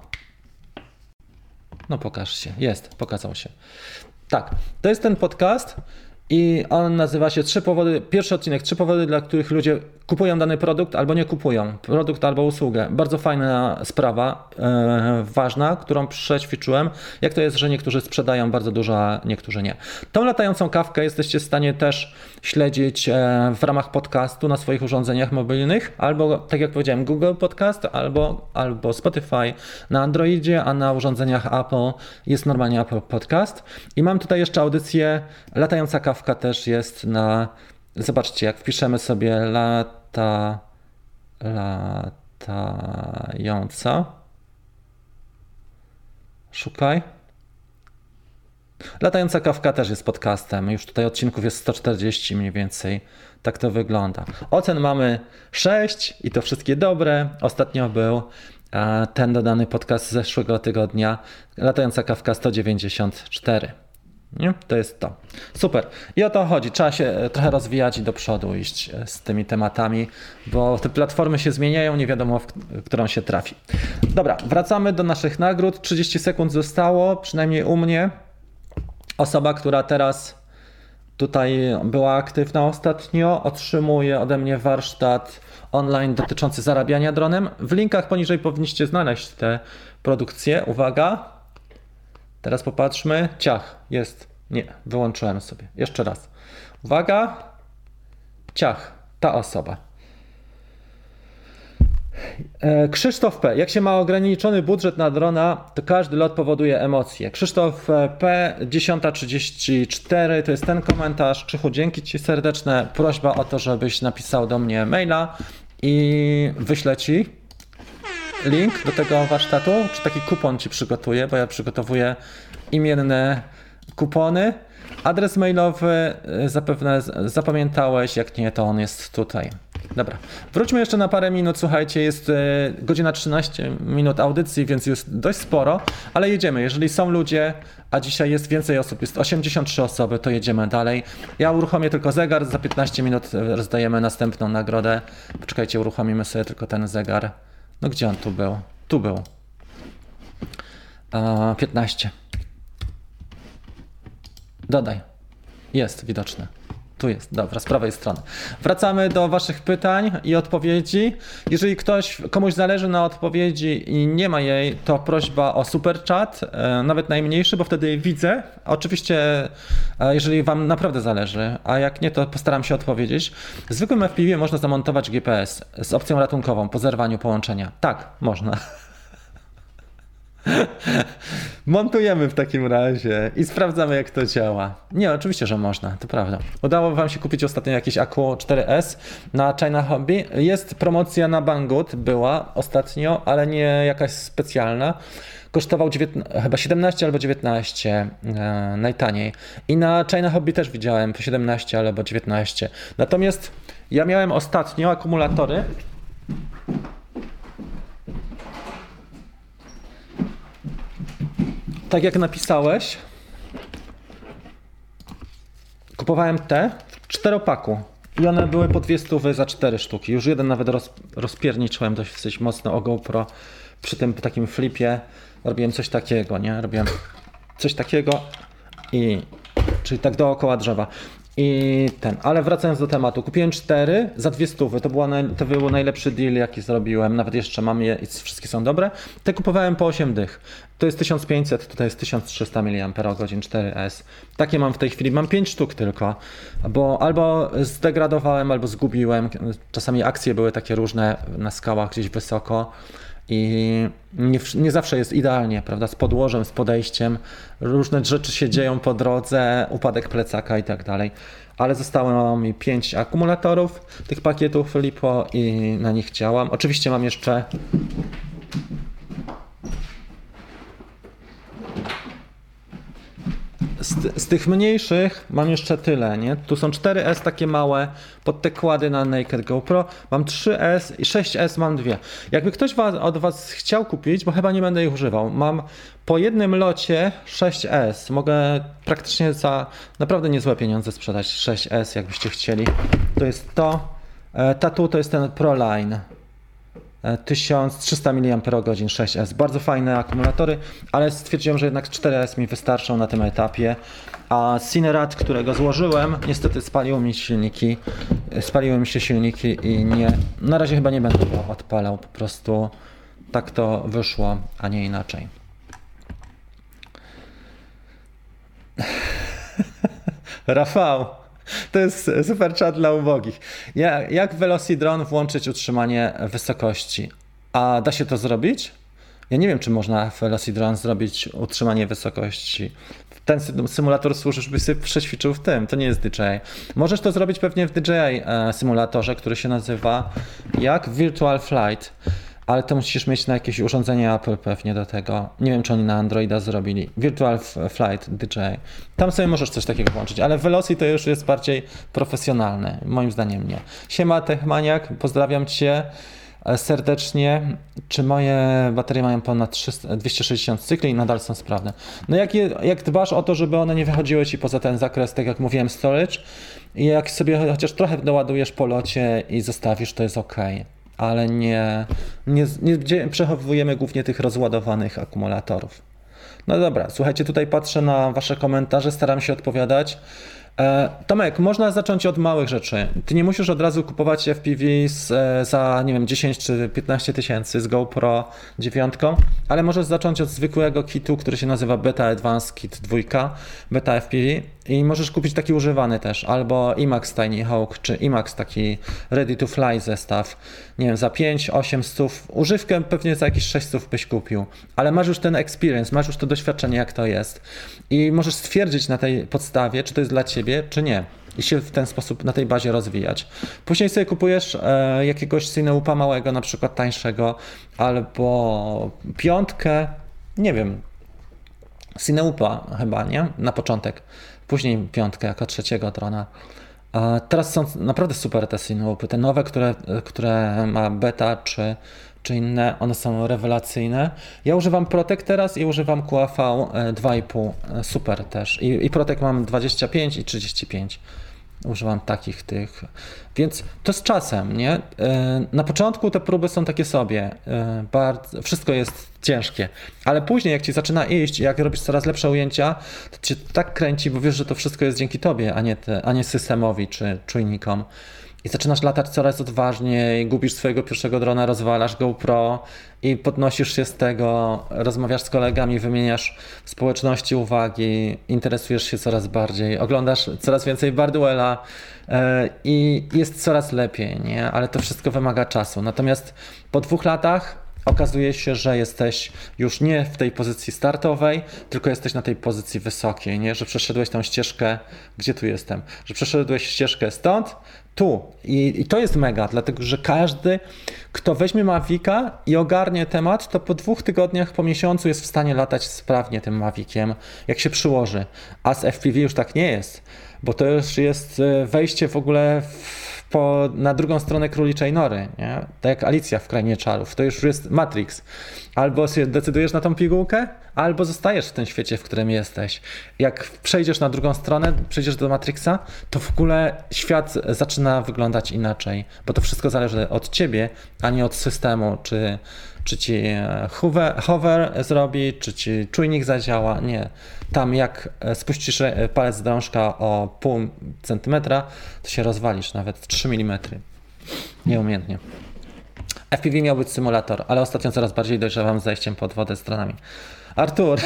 Speaker 1: No pokaż się, jest, pokazał się. Tak, to jest ten podcast i on nazywa się Trzy powody, pierwszy odcinek, Trzy powody, dla których ludzie kupują dany produkt albo nie kupują, produkt albo usługę. Bardzo fajna sprawa, e, ważna, którą przećwiczyłem. Jak to jest, że niektórzy sprzedają bardzo dużo, a niektórzy nie. Tą latającą kawkę jesteście w stanie też śledzić e, w ramach podcastu na swoich urządzeniach mobilnych, albo tak jak powiedziałem Google Podcast, albo, albo Spotify na Androidzie, a na urządzeniach Apple jest normalnie Apple Podcast. I mam tutaj jeszcze audycję, latająca kawka też jest na... Zobaczcie, jak wpiszemy sobie lata, latająca, szukaj. Latająca kawka też jest podcastem, już tutaj odcinków jest sto czterdzieści mniej więcej, tak to wygląda. Ocen mamy sześć i to wszystkie dobre. Ostatnio był ten dodany podcast z zeszłego tygodnia, latająca kawka sto dziewięćdziesiąt cztery. Nie? To jest to. Super. I o to chodzi. Trzeba się trochę rozwijać i do przodu iść z tymi tematami, bo te platformy się zmieniają, nie wiadomo, w którą się trafi. Dobra, wracamy do naszych nagród. trzydzieści sekund zostało, przynajmniej u mnie. Osoba, która teraz tutaj była aktywna ostatnio, otrzymuje ode mnie warsztat online dotyczący zarabiania dronem. W linkach poniżej powinniście znaleźć te produkcje. Uwaga. Teraz popatrzmy. Ciach, jest. Nie, wyłączyłem sobie. Jeszcze raz. Uwaga. Ciach, ta osoba. Krzysztof P. Jak się ma ograniczony budżet na drona, to każdy lot powoduje emocje. Krzysztof P. dziesiąta trzydzieści cztery to jest ten komentarz. Krzychu, dzięki ci serdeczne. Prośba o to, żebyś napisał do mnie maila i wyślę ci link do tego warsztatu, czy taki kupon ci przygotuję, bo ja przygotowuję imienne kupony. Adres mailowy zapewne zapamiętałeś, jak nie, to on jest tutaj. Dobra, wróćmy jeszcze na parę minut, słuchajcie, jest godzina trzynaście minut audycji, więc jest dość sporo, ale jedziemy, jeżeli są ludzie, a dzisiaj jest więcej osób, jest osiemdziesiąt trzy osoby, to jedziemy dalej. Ja uruchomię tylko zegar, za piętnaście minut rozdajemy następną nagrodę. Poczekajcie, uruchomimy sobie tylko ten zegar. No gdzie on tu był? Tu był. A, piętnaście. Dodaj. Jest widoczny. Tu jest, dobra, z prawej strony. Wracamy do waszych pytań i odpowiedzi. Jeżeli ktoś, komuś zależy na odpowiedzi i nie ma jej, to prośba o super chat, nawet najmniejszy, bo wtedy widzę. Oczywiście, jeżeli wam naprawdę zależy, a jak nie, to postaram się odpowiedzieć. W zwykłym F P V można zamontować G P S z opcją ratunkową po zerwaniu połączenia. Tak, można. Montujemy w takim razie i sprawdzamy, jak to działa. Nie, oczywiście, że można, to prawda. Udało wam się kupić ostatnio jakiś Akku cztery S na China Hobby. Jest promocja na Banggood, była ostatnio, ale nie jakaś specjalna. Kosztował dziewiętnaście, chyba siedemnaście albo dziewiętnaście e, najtaniej. I na China Hobby też widziałem po siedemnaście albo dziewiętnaście. Natomiast ja miałem ostatnio akumulatory. Tak jak napisałeś, kupowałem te w czteropaku i one były po dwie stówy za cztery sztuki. Już jeden nawet roz, rozpierniczyłem dość mocno o GoPro przy tym takim flipie. Robiłem coś takiego, nie? Robiłem coś takiego i czyli tak dookoła drzewa. I ten, ale wracając do tematu, kupiłem cztery za dwie stówy, to, była naj, to był najlepszy deal jaki zrobiłem, nawet jeszcze mam je i wszystkie są dobre. Te kupowałem po osiem dych, to jest tysiąc pięćset, tutaj jest tysiąc trzysta miliampergodzin cztery S. Takie mam w tej chwili, mam pięć sztuk tylko, bo albo zdegradowałem, albo zgubiłem, czasami akcje były takie różne na skałach gdzieś wysoko. I nie, nie zawsze jest idealnie, prawda, z podłożem, z podejściem, różne rzeczy się dzieją po drodze, upadek plecaka i tak dalej, ale zostało mi pięć akumulatorów, tych pakietów LiPo i na nich działam. Oczywiście mam jeszcze Z, z tych mniejszych mam jeszcze tyle, nie? Tu są cztery S takie małe, pod te kłady na Naked GoPro, mam trzy S i sześć S mam dwie. Jakby ktoś was, od was chciał kupić, bo chyba nie będę ich używał, mam po jednym locie sześć S, mogę praktycznie za naprawdę niezłe pieniądze sprzedać sześć S, jakbyście chcieli. To jest to, Tattoo to jest ten ProLine. tysiąc trzysta miliampergodzin sześć S. Bardzo fajne akumulatory, ale stwierdziłem, że jednak cztery S mi wystarczą na tym etapie. A Cinerad, którego złożyłem, niestety spaliło mi silniki. Spaliły mi się silniki i nie, na razie chyba nie będę go odpalał. Po prostu tak to wyszło, a nie inaczej. Rafał, to jest super czat dla ubogich. Jak w Velocidron włączyć utrzymanie wysokości? A da się to zrobić? Ja nie wiem, czy można w Velocidron zrobić utrzymanie wysokości. Ten symulator służy, żebyś sobie przećwiczył w tym. To nie jest D J I. Możesz to zrobić pewnie w D J I symulatorze, który się nazywa jak Virtual Flight. Ale to musisz mieć na jakieś urządzenie Apple pewnie do tego. Nie wiem, czy oni na Androida zrobili. Virtual Flight D J. Tam sobie możesz coś takiego włączyć, ale Veloci to już jest bardziej profesjonalne. Moim zdaniem nie. Siema Techmaniak, pozdrawiam Cię serdecznie. Czy moje baterie mają ponad trzysta, dwieście sześćdziesiąt cykli i nadal są sprawne? No jak, je, jak dbasz o to, żeby one nie wychodziły Ci poza ten zakres, tak jak mówiłem, storage, i jak sobie chociaż trochę doładujesz po locie i zostawisz, to jest ok. Ale nie, nie, nie przechowujemy głównie tych rozładowanych akumulatorów. No dobra, słuchajcie, tutaj patrzę na wasze komentarze, staram się odpowiadać. E, Tomek, można zacząć od małych rzeczy. Ty nie musisz od razu kupować F P V z, e, za, nie wiem, dziesięć czy piętnaście tysięcy z GoPro dziewięć, ale możesz zacząć od zwykłego kitu, który się nazywa Beta Advanced Kit dwa, Beta F P V, i możesz kupić taki używany też, albo IMAX Tiny Hawk, czy IMAX taki Ready to Fly zestaw, nie wiem, za pięć osiem stów, używkę pewnie za jakieś sześć stów byś kupił, ale masz już ten experience, masz już to doświadczenie, jak to jest, i możesz stwierdzić na tej podstawie, czy to jest dla ciebie, czy nie, i się w ten sposób na tej bazie rozwijać. Później sobie kupujesz e, jakiegoś Cineupa małego, na przykład tańszego, albo piątkę, nie wiem, Cineupa chyba, nie? Na początek. Później piątkę jako trzeciego drona. A teraz są naprawdę super te Cineupy, te nowe, które, które ma beta czy, czy inne, one są rewelacyjne. Ja używam Protek teraz i używam Q A V dwa i pół, super też. I, i Protek mam dwadzieścia pięć i trzydzieści pięć. Używam takich tych, więc to z czasem, nie? Na początku te próby są takie sobie, bardzo, wszystko jest ciężkie, ale później jak ci zaczyna iść, jak robisz coraz lepsze ujęcia, to cię tak kręci, bo wiesz, że to wszystko jest dzięki tobie, a nie, te, a nie systemowi czy czujnikom. I zaczynasz latać coraz odważniej, gubisz swojego pierwszego drona, rozwalasz GoPro i podnosisz się z tego, rozmawiasz z kolegami, wymieniasz w społeczności uwagi, interesujesz się coraz bardziej, oglądasz coraz więcej Barduela yy, i jest coraz lepiej, nie? Ale to wszystko wymaga czasu. Natomiast po dwóch latach okazuje się, że jesteś już nie w tej pozycji startowej, tylko jesteś na tej pozycji wysokiej, nie? Że przeszedłeś tą ścieżkę, gdzie tu jestem, że przeszedłeś ścieżkę stąd, tu. I, I to jest mega, dlatego że każdy, kto weźmie Mavica i ogarnie temat, to po dwóch tygodniach, po miesiącu jest w stanie latać sprawnie tym Maviciem, jak się przyłoży. A z F P V już tak nie jest, bo to już jest wejście w ogóle w Po, na drugą stronę króliczej nory, nie? Tak jak Alicja w Krainie Czarów, to już jest Matrix. Albo się decydujesz na tą pigułkę, albo zostajesz w tym świecie, w którym jesteś. Jak przejdziesz na drugą stronę, przejdziesz do Matrixa, to w ogóle świat zaczyna wyglądać inaczej, bo to wszystko zależy od ciebie, a nie od systemu, czy, czy ci hover, hover zrobi, czy ci czujnik zadziała. Nie. Tam jak spuścisz palec z drążka o pół centymetra, to się rozwalisz, nawet trzy milimetry. Nieumiejętnie. F P V miał być symulator, ale ostatnio coraz bardziej dojrzewam z zejściem pod wodę z dronami. Artur,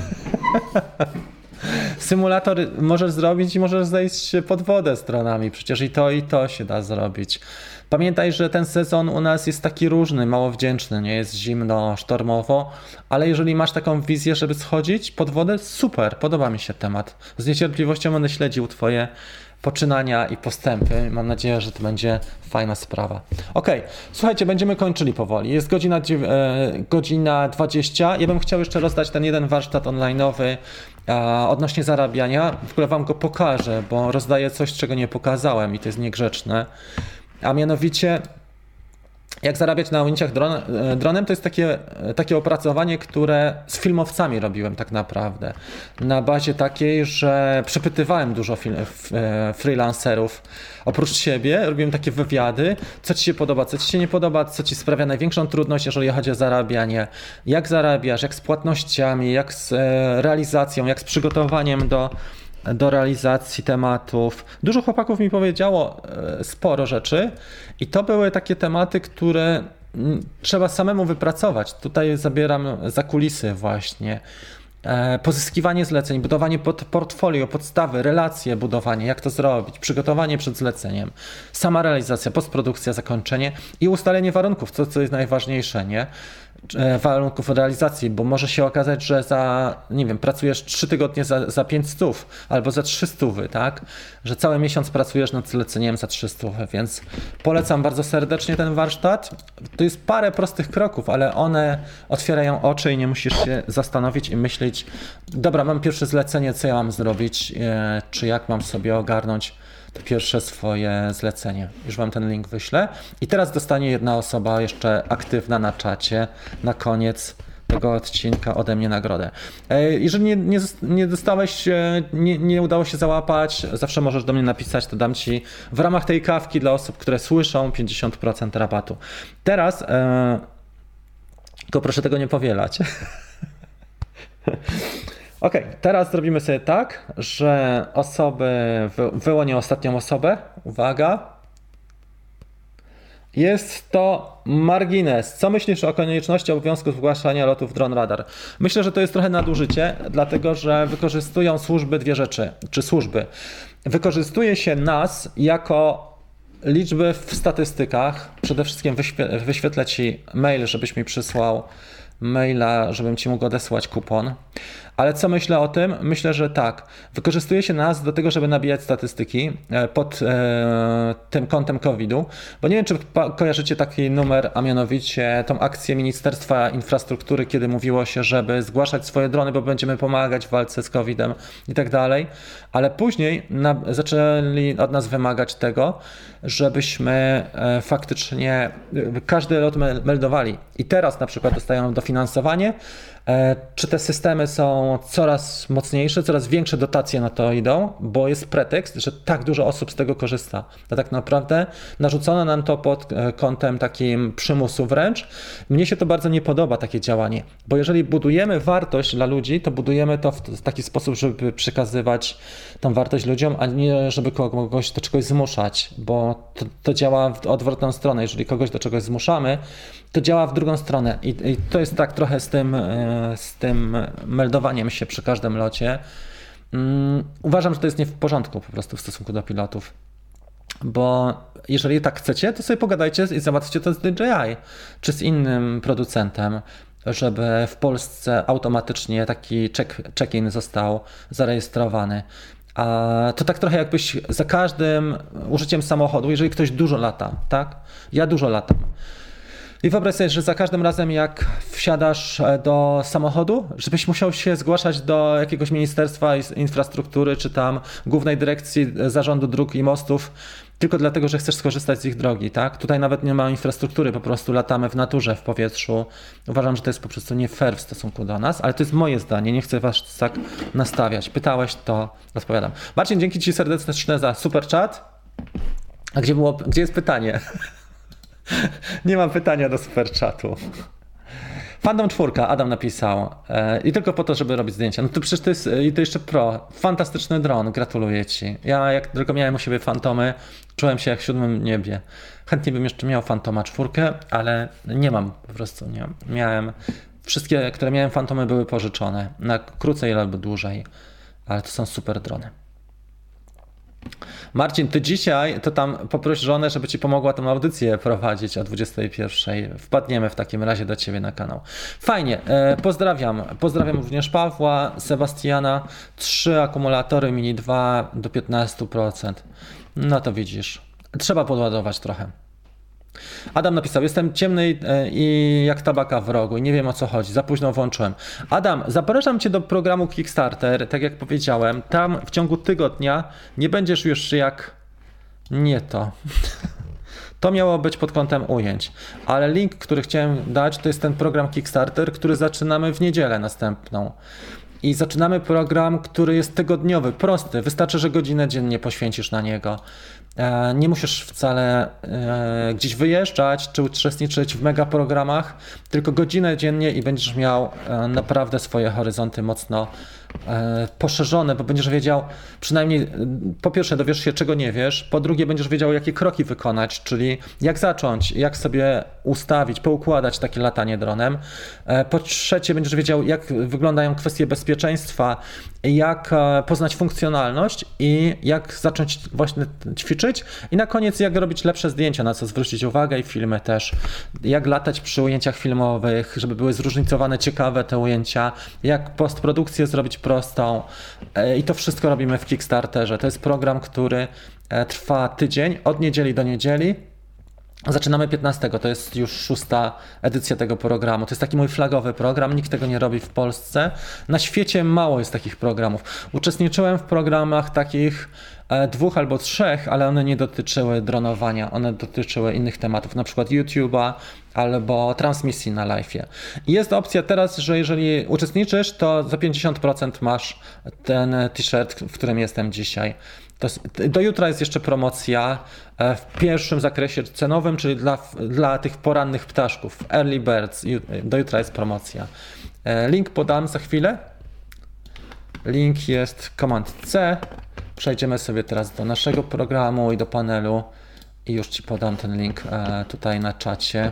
Speaker 1: symulator możesz zrobić i możesz zejść pod wodę z dronami. Przecież i to, i to się da zrobić. Pamiętaj, że ten sezon u nas jest taki różny, mało wdzięczny, nie jest zimno, sztormowo, ale jeżeli masz taką wizję, żeby schodzić pod wodę, super, podoba mi się temat. Z niecierpliwością będę śledził twoje poczynania i postępy. Mam nadzieję, że to będzie fajna sprawa. Ok, słuchajcie, będziemy kończyli powoli. Jest godzina, e, godzina dwadzieścia. Ja bym chciał jeszcze rozdać ten jeden warsztat online'owy e, odnośnie zarabiania. W ogóle wam go pokażę, bo rozdaję coś, czego nie pokazałem i to jest niegrzeczne. A mianowicie, jak zarabiać na ujęciach dron, dronem, to jest takie, takie opracowanie, które z filmowcami robiłem tak naprawdę. Na bazie takiej, że przepytywałem dużo film, freelancerów oprócz siebie, robiłem takie wywiady, co ci się podoba, co ci się nie podoba, co ci sprawia największą trudność, jeżeli chodzi o zarabianie, jak zarabiasz, jak z płatnościami, jak z realizacją, jak z przygotowaniem do do realizacji tematów. Dużo chłopaków mi powiedziało sporo rzeczy i to były takie tematy, które trzeba samemu wypracować. Tutaj zabieram za kulisy właśnie. Pozyskiwanie zleceń, budowanie portfolio, podstawy, relacje, budowanie, jak to zrobić, przygotowanie przed zleceniem, sama realizacja, postprodukcja, zakończenie i ustalenie warunków, co, co jest najważniejsze, nie? Warunków realizacji, bo może się okazać, że za, nie wiem, pracujesz trzy tygodnie za, za pięć stów albo za trzy stówy, tak? Że cały miesiąc pracujesz nad zleceniem za trzy stówy, więc polecam bardzo serdecznie ten warsztat. To jest parę prostych kroków, ale one otwierają oczy i nie musisz się zastanowić i myśleć, dobra, mam pierwsze zlecenie, co ja mam zrobić, czy jak mam sobie ogarnąć to pierwsze swoje zlecenie. Już wam ten link wyślę. I teraz dostanie jedna osoba jeszcze aktywna na czacie na koniec tego odcinka ode mnie nagrodę. Jeżeli nie, nie, nie dostałeś, nie, nie udało się załapać, zawsze możesz do mnie napisać, to dam ci w ramach tej kawki dla osób, które słyszą pięćdziesiąt procent rabatu. Teraz, e, tylko proszę tego nie powielać. Ok, teraz zrobimy sobie tak, że osoby, wy, wyłonię ostatnią osobę, uwaga. Jest to margines. Co myślisz o konieczności obowiązku zgłaszania lotów Drone Radar? Myślę, że to jest trochę nadużycie, dlatego że wykorzystują służby dwie rzeczy, czy służby. Wykorzystuje się nas jako liczby w statystykach, przede wszystkim wyświe, wyświetlę ci mail, żebyś mi przysłał maila, żebym ci mógł odesłać kupon. Ale co myślę o tym? Myślę, że tak. Wykorzystuje się nas do tego, żeby nabijać statystyki pod e, tym kątem kowida, bo nie wiem, czy kojarzycie taki numer, a mianowicie tą akcję Ministerstwa Infrastruktury, kiedy mówiło się, żeby zgłaszać swoje drony, bo będziemy pomagać w walce z kowidem i tak dalej, ale później na, zaczęli od nas wymagać tego, żebyśmy e, faktycznie e, każdy lot meldowali. I teraz na przykład dostają dofinansowanie. Czy te systemy są coraz mocniejsze, coraz większe dotacje na to idą, bo jest pretekst, że tak dużo osób z tego korzysta. A tak naprawdę narzucono nam to pod kątem takim przymusu wręcz. Mnie się to bardzo nie podoba, takie działanie, bo jeżeli budujemy wartość dla ludzi, to budujemy to w taki sposób, żeby przekazywać tą wartość ludziom, a nie żeby kogoś do czegoś zmuszać, bo to, to działa w odwrotną stronę. Jeżeli kogoś do czegoś zmuszamy, to działa w drugą stronę i, i to jest tak trochę z tym, z tym meldowaniem się przy każdym locie. Um, uważam, że to jest nie w porządku po prostu w stosunku do pilotów, bo jeżeli tak chcecie, to sobie pogadajcie i załatwcie to z D J I czy z innym producentem, żeby w Polsce automatycznie taki check, check-in został zarejestrowany. A to tak trochę jakbyś za każdym użyciem samochodu, jeżeli ktoś dużo lata, tak? Ja dużo latam. I wyobraź sobie, że za każdym razem jak wsiadasz do samochodu, żebyś musiał się zgłaszać do jakiegoś Ministerstwa Infrastruktury, czy tam Głównej Dyrekcji Zarządu Dróg i Mostów, tylko dlatego, że chcesz skorzystać z ich drogi, tak? Tutaj nawet nie ma infrastruktury, po prostu latamy w naturze, w powietrzu. Uważam, że to jest po prostu nie fair w stosunku do nas, ale to jest moje zdanie, nie chcę was tak nastawiać. Pytałeś, to odpowiadam. Marcin, dzięki ci serdecznie za super chat. A gdzie było, gdzie jest pytanie? Nie mam pytania do super chatu. Fandom czwórka, Adam napisał. E, I tylko po to, żeby robić zdjęcia. No to przecież to jest, i to jeszcze pro. Fantastyczny dron, gratuluję ci. Ja jak tylko miałem u siebie fantomy, czułem się jak w siódmym niebie. Chętnie bym jeszcze miał fantoma czwórkę, ale nie mam po prostu, nie. Miałem, wszystkie, które miałem fantomy były pożyczone. Na krócej albo dłużej. Ale to są super drony. Marcin, ty dzisiaj to tam poproś żonę, żeby ci pomogła tą audycję prowadzić o dwudziestej pierwszej. Wpadniemy w takim razie do ciebie na kanał. Fajnie, e, pozdrawiam. Pozdrawiam również Pawła, Sebastiana. Trzy akumulatory Mini dwa do piętnastu procent. No to widzisz. Trzeba podładować trochę. Adam napisał, jestem ciemny i jak tabaka w rogu i nie wiem o co chodzi, za późno włączyłem. Adam, zapraszam cię do programu Kickstarter, tak jak powiedziałem, tam w ciągu tygodnia nie będziesz już jak... Nie to. To miało być pod kątem ujęć, ale link, który chciałem dać, to jest ten program Kickstarter, który zaczynamy w niedzielę następną. I zaczynamy program, który jest tygodniowy, prosty. Wystarczy, że godzinę dziennie poświęcisz na niego. Nie musisz wcale gdzieś wyjeżdżać czy uczestniczyć w megaprogramach, tylko godzinę dziennie i będziesz miał naprawdę swoje horyzonty mocno poszerzone, bo będziesz wiedział, przynajmniej po pierwsze dowiesz się, czego nie wiesz, po drugie będziesz wiedział, jakie kroki wykonać, czyli jak zacząć, jak sobie ustawić, poukładać takie latanie dronem. Po trzecie będziesz wiedział, jak wyglądają kwestie bezpieczeństwa, jak poznać funkcjonalność i jak zacząć właśnie ćwiczyć i na koniec jak robić lepsze zdjęcia, na co zwrócić uwagę i filmy też, jak latać przy ujęciach filmowych, żeby były zróżnicowane, ciekawe te ujęcia, jak postprodukcję zrobić prostą i to wszystko robimy w Kickstarterze. To jest program, który trwa tydzień, od niedzieli do niedzieli. Zaczynamy piętnastego, to jest już szósta edycja tego programu. To jest taki mój flagowy program, nikt tego nie robi w Polsce. Na świecie mało jest takich programów. Uczestniczyłem w programach takich dwóch albo trzech, ale one nie dotyczyły dronowania, one dotyczyły innych tematów, na przykład YouTube'a albo transmisji na live'ie. Jest opcja teraz, że jeżeli uczestniczysz, to za pięćdziesiąt procent masz ten t-shirt, w którym jestem dzisiaj. To jest, do jutra jest jeszcze promocja w pierwszym zakresie cenowym, czyli dla, dla tych porannych ptaszków, early birds, do jutra jest promocja. Link podam za chwilę. Link jest Command C. Przejdziemy sobie teraz do naszego programu i do panelu i już ci podam ten link tutaj na czacie.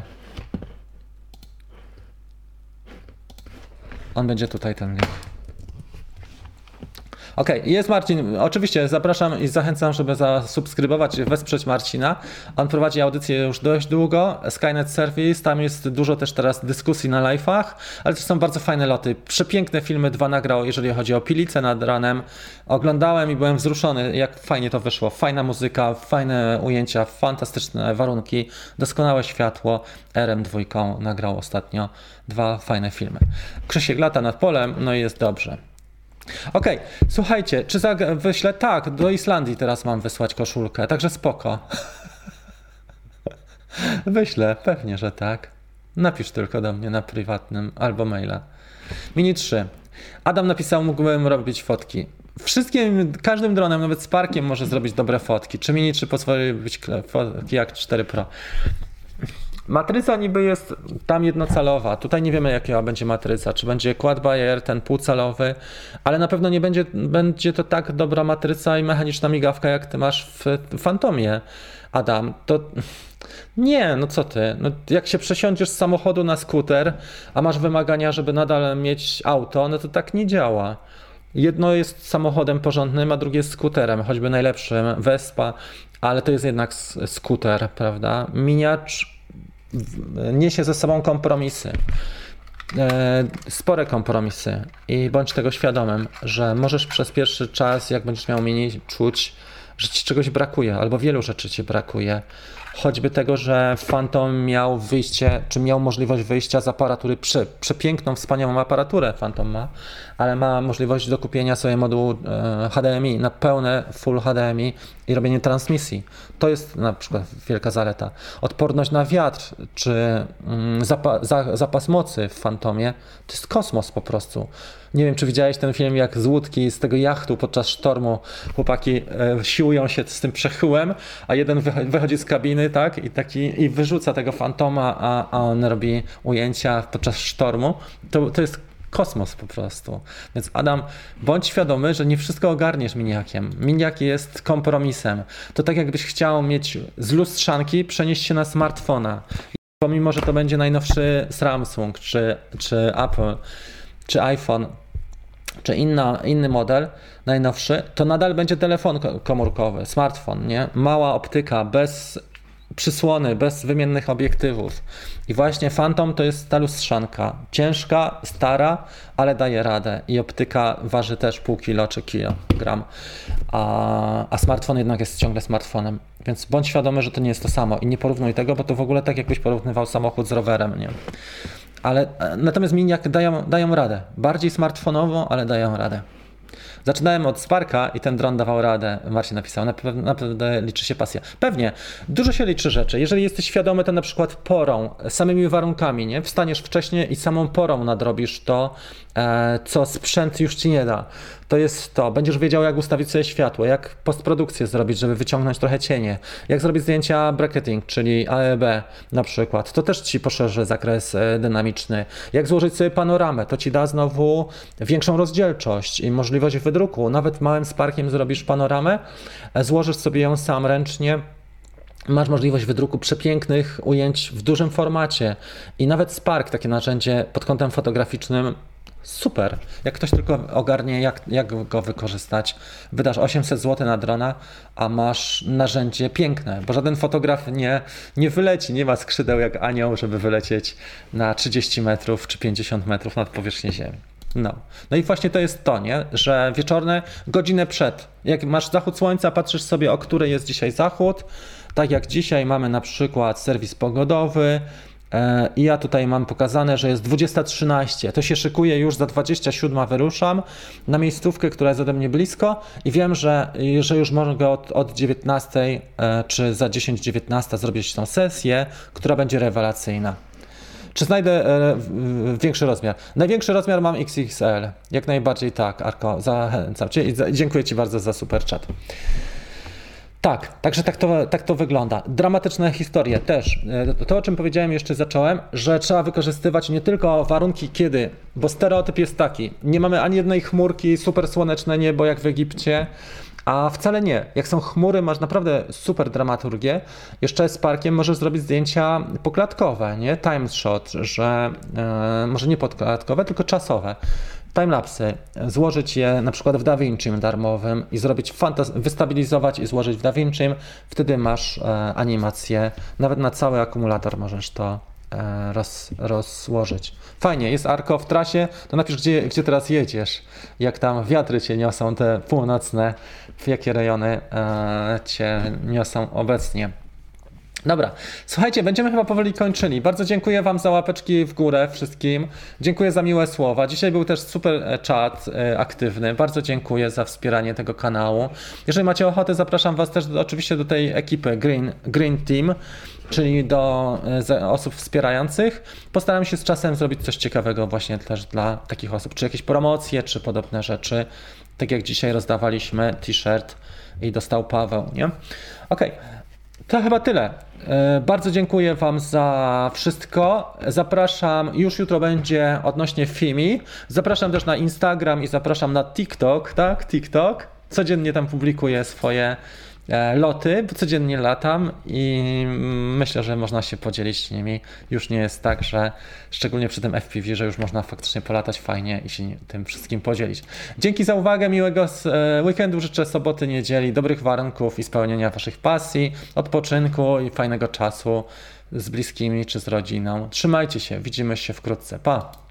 Speaker 1: On będzie tutaj, ten link. Okej, okay, jest Marcin. Oczywiście zapraszam i zachęcam, żeby zasubskrybować, wesprzeć Marcina. On prowadzi audycję już dość długo, Skynet Service, tam jest dużo też teraz dyskusji na live'ach, ale to są bardzo fajne loty. Przepiękne filmy dwa nagrał, jeżeli chodzi o Pilicę nad ranem. Oglądałem i byłem wzruszony, jak fajnie to wyszło. Fajna muzyka, fajne ujęcia, fantastyczne warunki, doskonałe światło. R M dwa nagrał ostatnio dwa fajne filmy. Krzysiek lata nad polem, no i jest dobrze. Okej, okay, słuchajcie, czy wyślę? Tak, do Islandii teraz mam wysłać koszulkę, także spoko. Wyślę, pewnie, że tak. Napisz tylko do mnie na prywatnym albo maila. Mini trzy. Adam napisał, mógłbym robić fotki. Wszystkim, każdym dronem, nawet z Parkiem może zrobić dobre fotki. Czy Mini trzy pozwoli robić fotki jak cztery Pro? Matryca niby jest tam jednocalowa, tutaj nie wiemy jaka będzie matryca, czy będzie quad buyer, ten półcalowy, ale na pewno nie będzie, będzie to tak dobra matryca i mechaniczna migawka jak ty masz w Fantomie, Adam. To nie, no co ty, no jak się przesiądziesz z samochodu na skuter, a masz wymagania, żeby nadal mieć auto, no to tak nie działa. Jedno jest samochodem porządnym, a drugie jest skuterem, choćby najlepszym, Vespa, ale to jest jednak skuter, prawda? Miniacz niesie ze sobą kompromisy, spore kompromisy i bądź tego świadomym, że możesz przez pierwszy czas, jak będziesz miał mini, czuć, że ci czegoś brakuje, albo wielu rzeczy ci brakuje. Choćby tego, że Phantom miał wyjście, czy miał możliwość wyjścia z aparatury, prze, przepiękną, wspaniałą aparaturę Phantom ma, ale ma możliwość dokupienia sobie modułu H D M I na pełne Full H D M I i robienie transmisji. To jest na przykład wielka zaleta. Odporność na wiatr, czy mm, zapa, za, zapas mocy w Phantomie, to jest kosmos po prostu. Nie wiem, czy widziałeś ten film, jak z łódki, z tego jachtu podczas sztormu chłopaki e, siłują się z tym przechyłem, a jeden wychodzi z kabiny piękny, tak, i taki i wyrzuca tego fantoma, a, a on robi ujęcia podczas sztormu, to, to jest kosmos po prostu. Więc Adam, bądź świadomy, że nie wszystko ogarniesz miniakiem. Miniak jest kompromisem. To tak jakbyś chciał mieć z lustrzanki przenieść się na smartfona. Pomimo, że to będzie najnowszy Samsung, czy, czy Apple, czy iPhone, czy inna, inny model, najnowszy, to nadal będzie telefon komórkowy, smartfon, nie? Mała optyka, bez przysłony, bez wymiennych obiektywów. I właśnie Phantom to jest ta lustrzanka. Ciężka, stara, ale daje radę. I optyka waży też pół kilo czy kilogram. A, a smartfon jednak jest ciągle smartfonem. Więc bądź świadomy, że to nie jest to samo. I nie porównuj tego, bo to w ogóle tak jakbyś porównywał samochód z rowerem, nie? Ale natomiast miniak dają, dają radę. Bardziej smartfonowo, ale dają radę. Zaczynałem od Sparka i ten dron dawał radę. Marcin napisał, naprawdę, naprawdę liczy się pasja. Pewnie, dużo się liczy rzeczy. Jeżeli jesteś świadomy, to na przykład porą, samymi warunkami, nie? Wstaniesz wcześniej i samą porą nadrobisz to, e, co sprzęt już ci nie da. To jest to. Będziesz wiedział, jak ustawić sobie światło, jak postprodukcję zrobić, żeby wyciągnąć trochę cienie, jak zrobić zdjęcia bracketing, czyli A E B na przykład. To też ci poszerzy zakres e, dynamiczny. Jak złożyć sobie panoramę, to ci da znowu większą rozdzielczość i możliwość wydruku. Nawet małym Sparkiem zrobisz panoramę, e, złożysz sobie ją sam ręcznie. Masz możliwość wydruku przepięknych ujęć w dużym formacie i nawet Spark, takie narzędzie pod kątem fotograficznym, super. Jak ktoś tylko ogarnie, jak, jak go wykorzystać, wydasz osiemset złotych na drona, a masz narzędzie piękne, bo żaden fotograf nie, nie wyleci, nie ma skrzydeł jak anioł, żeby wylecieć na trzydzieści metrów czy pięćdziesiąt metrów nad powierzchnię ziemi. No. No i właśnie to jest to, nie? Że wieczorne, godzinę przed, jak masz zachód słońca, patrzysz sobie, o której jest dzisiaj zachód, tak jak dzisiaj mamy na przykład serwis pogodowy, i ja tutaj mam pokazane, że jest dwudziesta trzynaście. To się szykuje, już za dwudziesta siódma wyruszam na miejscówkę, która jest ode mnie blisko i wiem, że, że już mogę od, od dziewiętnastej czy za dziesięć dziewiętnaście zrobić tą sesję, która będzie rewelacyjna. Czy znajdę większy rozmiar? Największy rozmiar mam X X L. Jak najbardziej tak, Arko, zachęcam Cię i dziękuję Ci bardzo za super chat. Tak, także tak to, tak to wygląda. Dramatyczne historie też. To, o czym powiedziałem, jeszcze zacząłem, że trzeba wykorzystywać nie tylko warunki kiedy, bo stereotyp jest taki, nie mamy ani jednej chmurki, super słoneczne niebo jak w Egipcie, a wcale nie. Jak są chmury, masz naprawdę super dramaturgię. Jeszcze z Sparkiem możesz zrobić zdjęcia poklatkowe, nie? Time shot, że e, może nie podklatkowe, tylko czasowe. Timelapsy, złożyć je na przykład w DaVinci darmowym i zrobić fantas- wystabilizować i złożyć w DaVinci, wtedy masz e, animację, nawet na cały akumulator możesz to e, roz, rozłożyć. Fajnie, jest Arko w trasie, to napisz, gdzie, gdzie teraz jedziesz, jak tam wiatry cię niosą, te północne, w jakie rejony e, cię niosą obecnie. Dobra, słuchajcie, będziemy chyba powoli kończyli. Bardzo dziękuję Wam za łapeczki w górę wszystkim. Dziękuję za miłe słowa. Dzisiaj był też super czat e, aktywny. Bardzo dziękuję za wspieranie tego kanału. Jeżeli macie ochotę, zapraszam Was też do, oczywiście do tej ekipy Green, Green Team, czyli do e, osób wspierających. Postaram się z czasem zrobić coś ciekawego właśnie też dla takich osób, czy jakieś promocje, czy podobne rzeczy. Tak jak dzisiaj rozdawaliśmy t-shirt i dostał Paweł, nie? Okej. Okay. To chyba tyle. Bardzo dziękuję Wam za wszystko. Zapraszam, już jutro będzie odnośnie Fimi. Zapraszam też na Instagram i zapraszam na TikTok, tak? TikTok. Codziennie tam publikuję swoje loty, bo codziennie latam i myślę, że można się podzielić nimi. Już nie jest tak, że szczególnie przy tym F P V, że już można faktycznie polatać fajnie i się tym wszystkim podzielić. Dzięki za uwagę, miłego weekendu życzę, soboty, niedzieli, dobrych warunków i spełnienia Waszych pasji, odpoczynku i fajnego czasu z bliskimi czy z rodziną. Trzymajcie się, widzimy się wkrótce. Pa!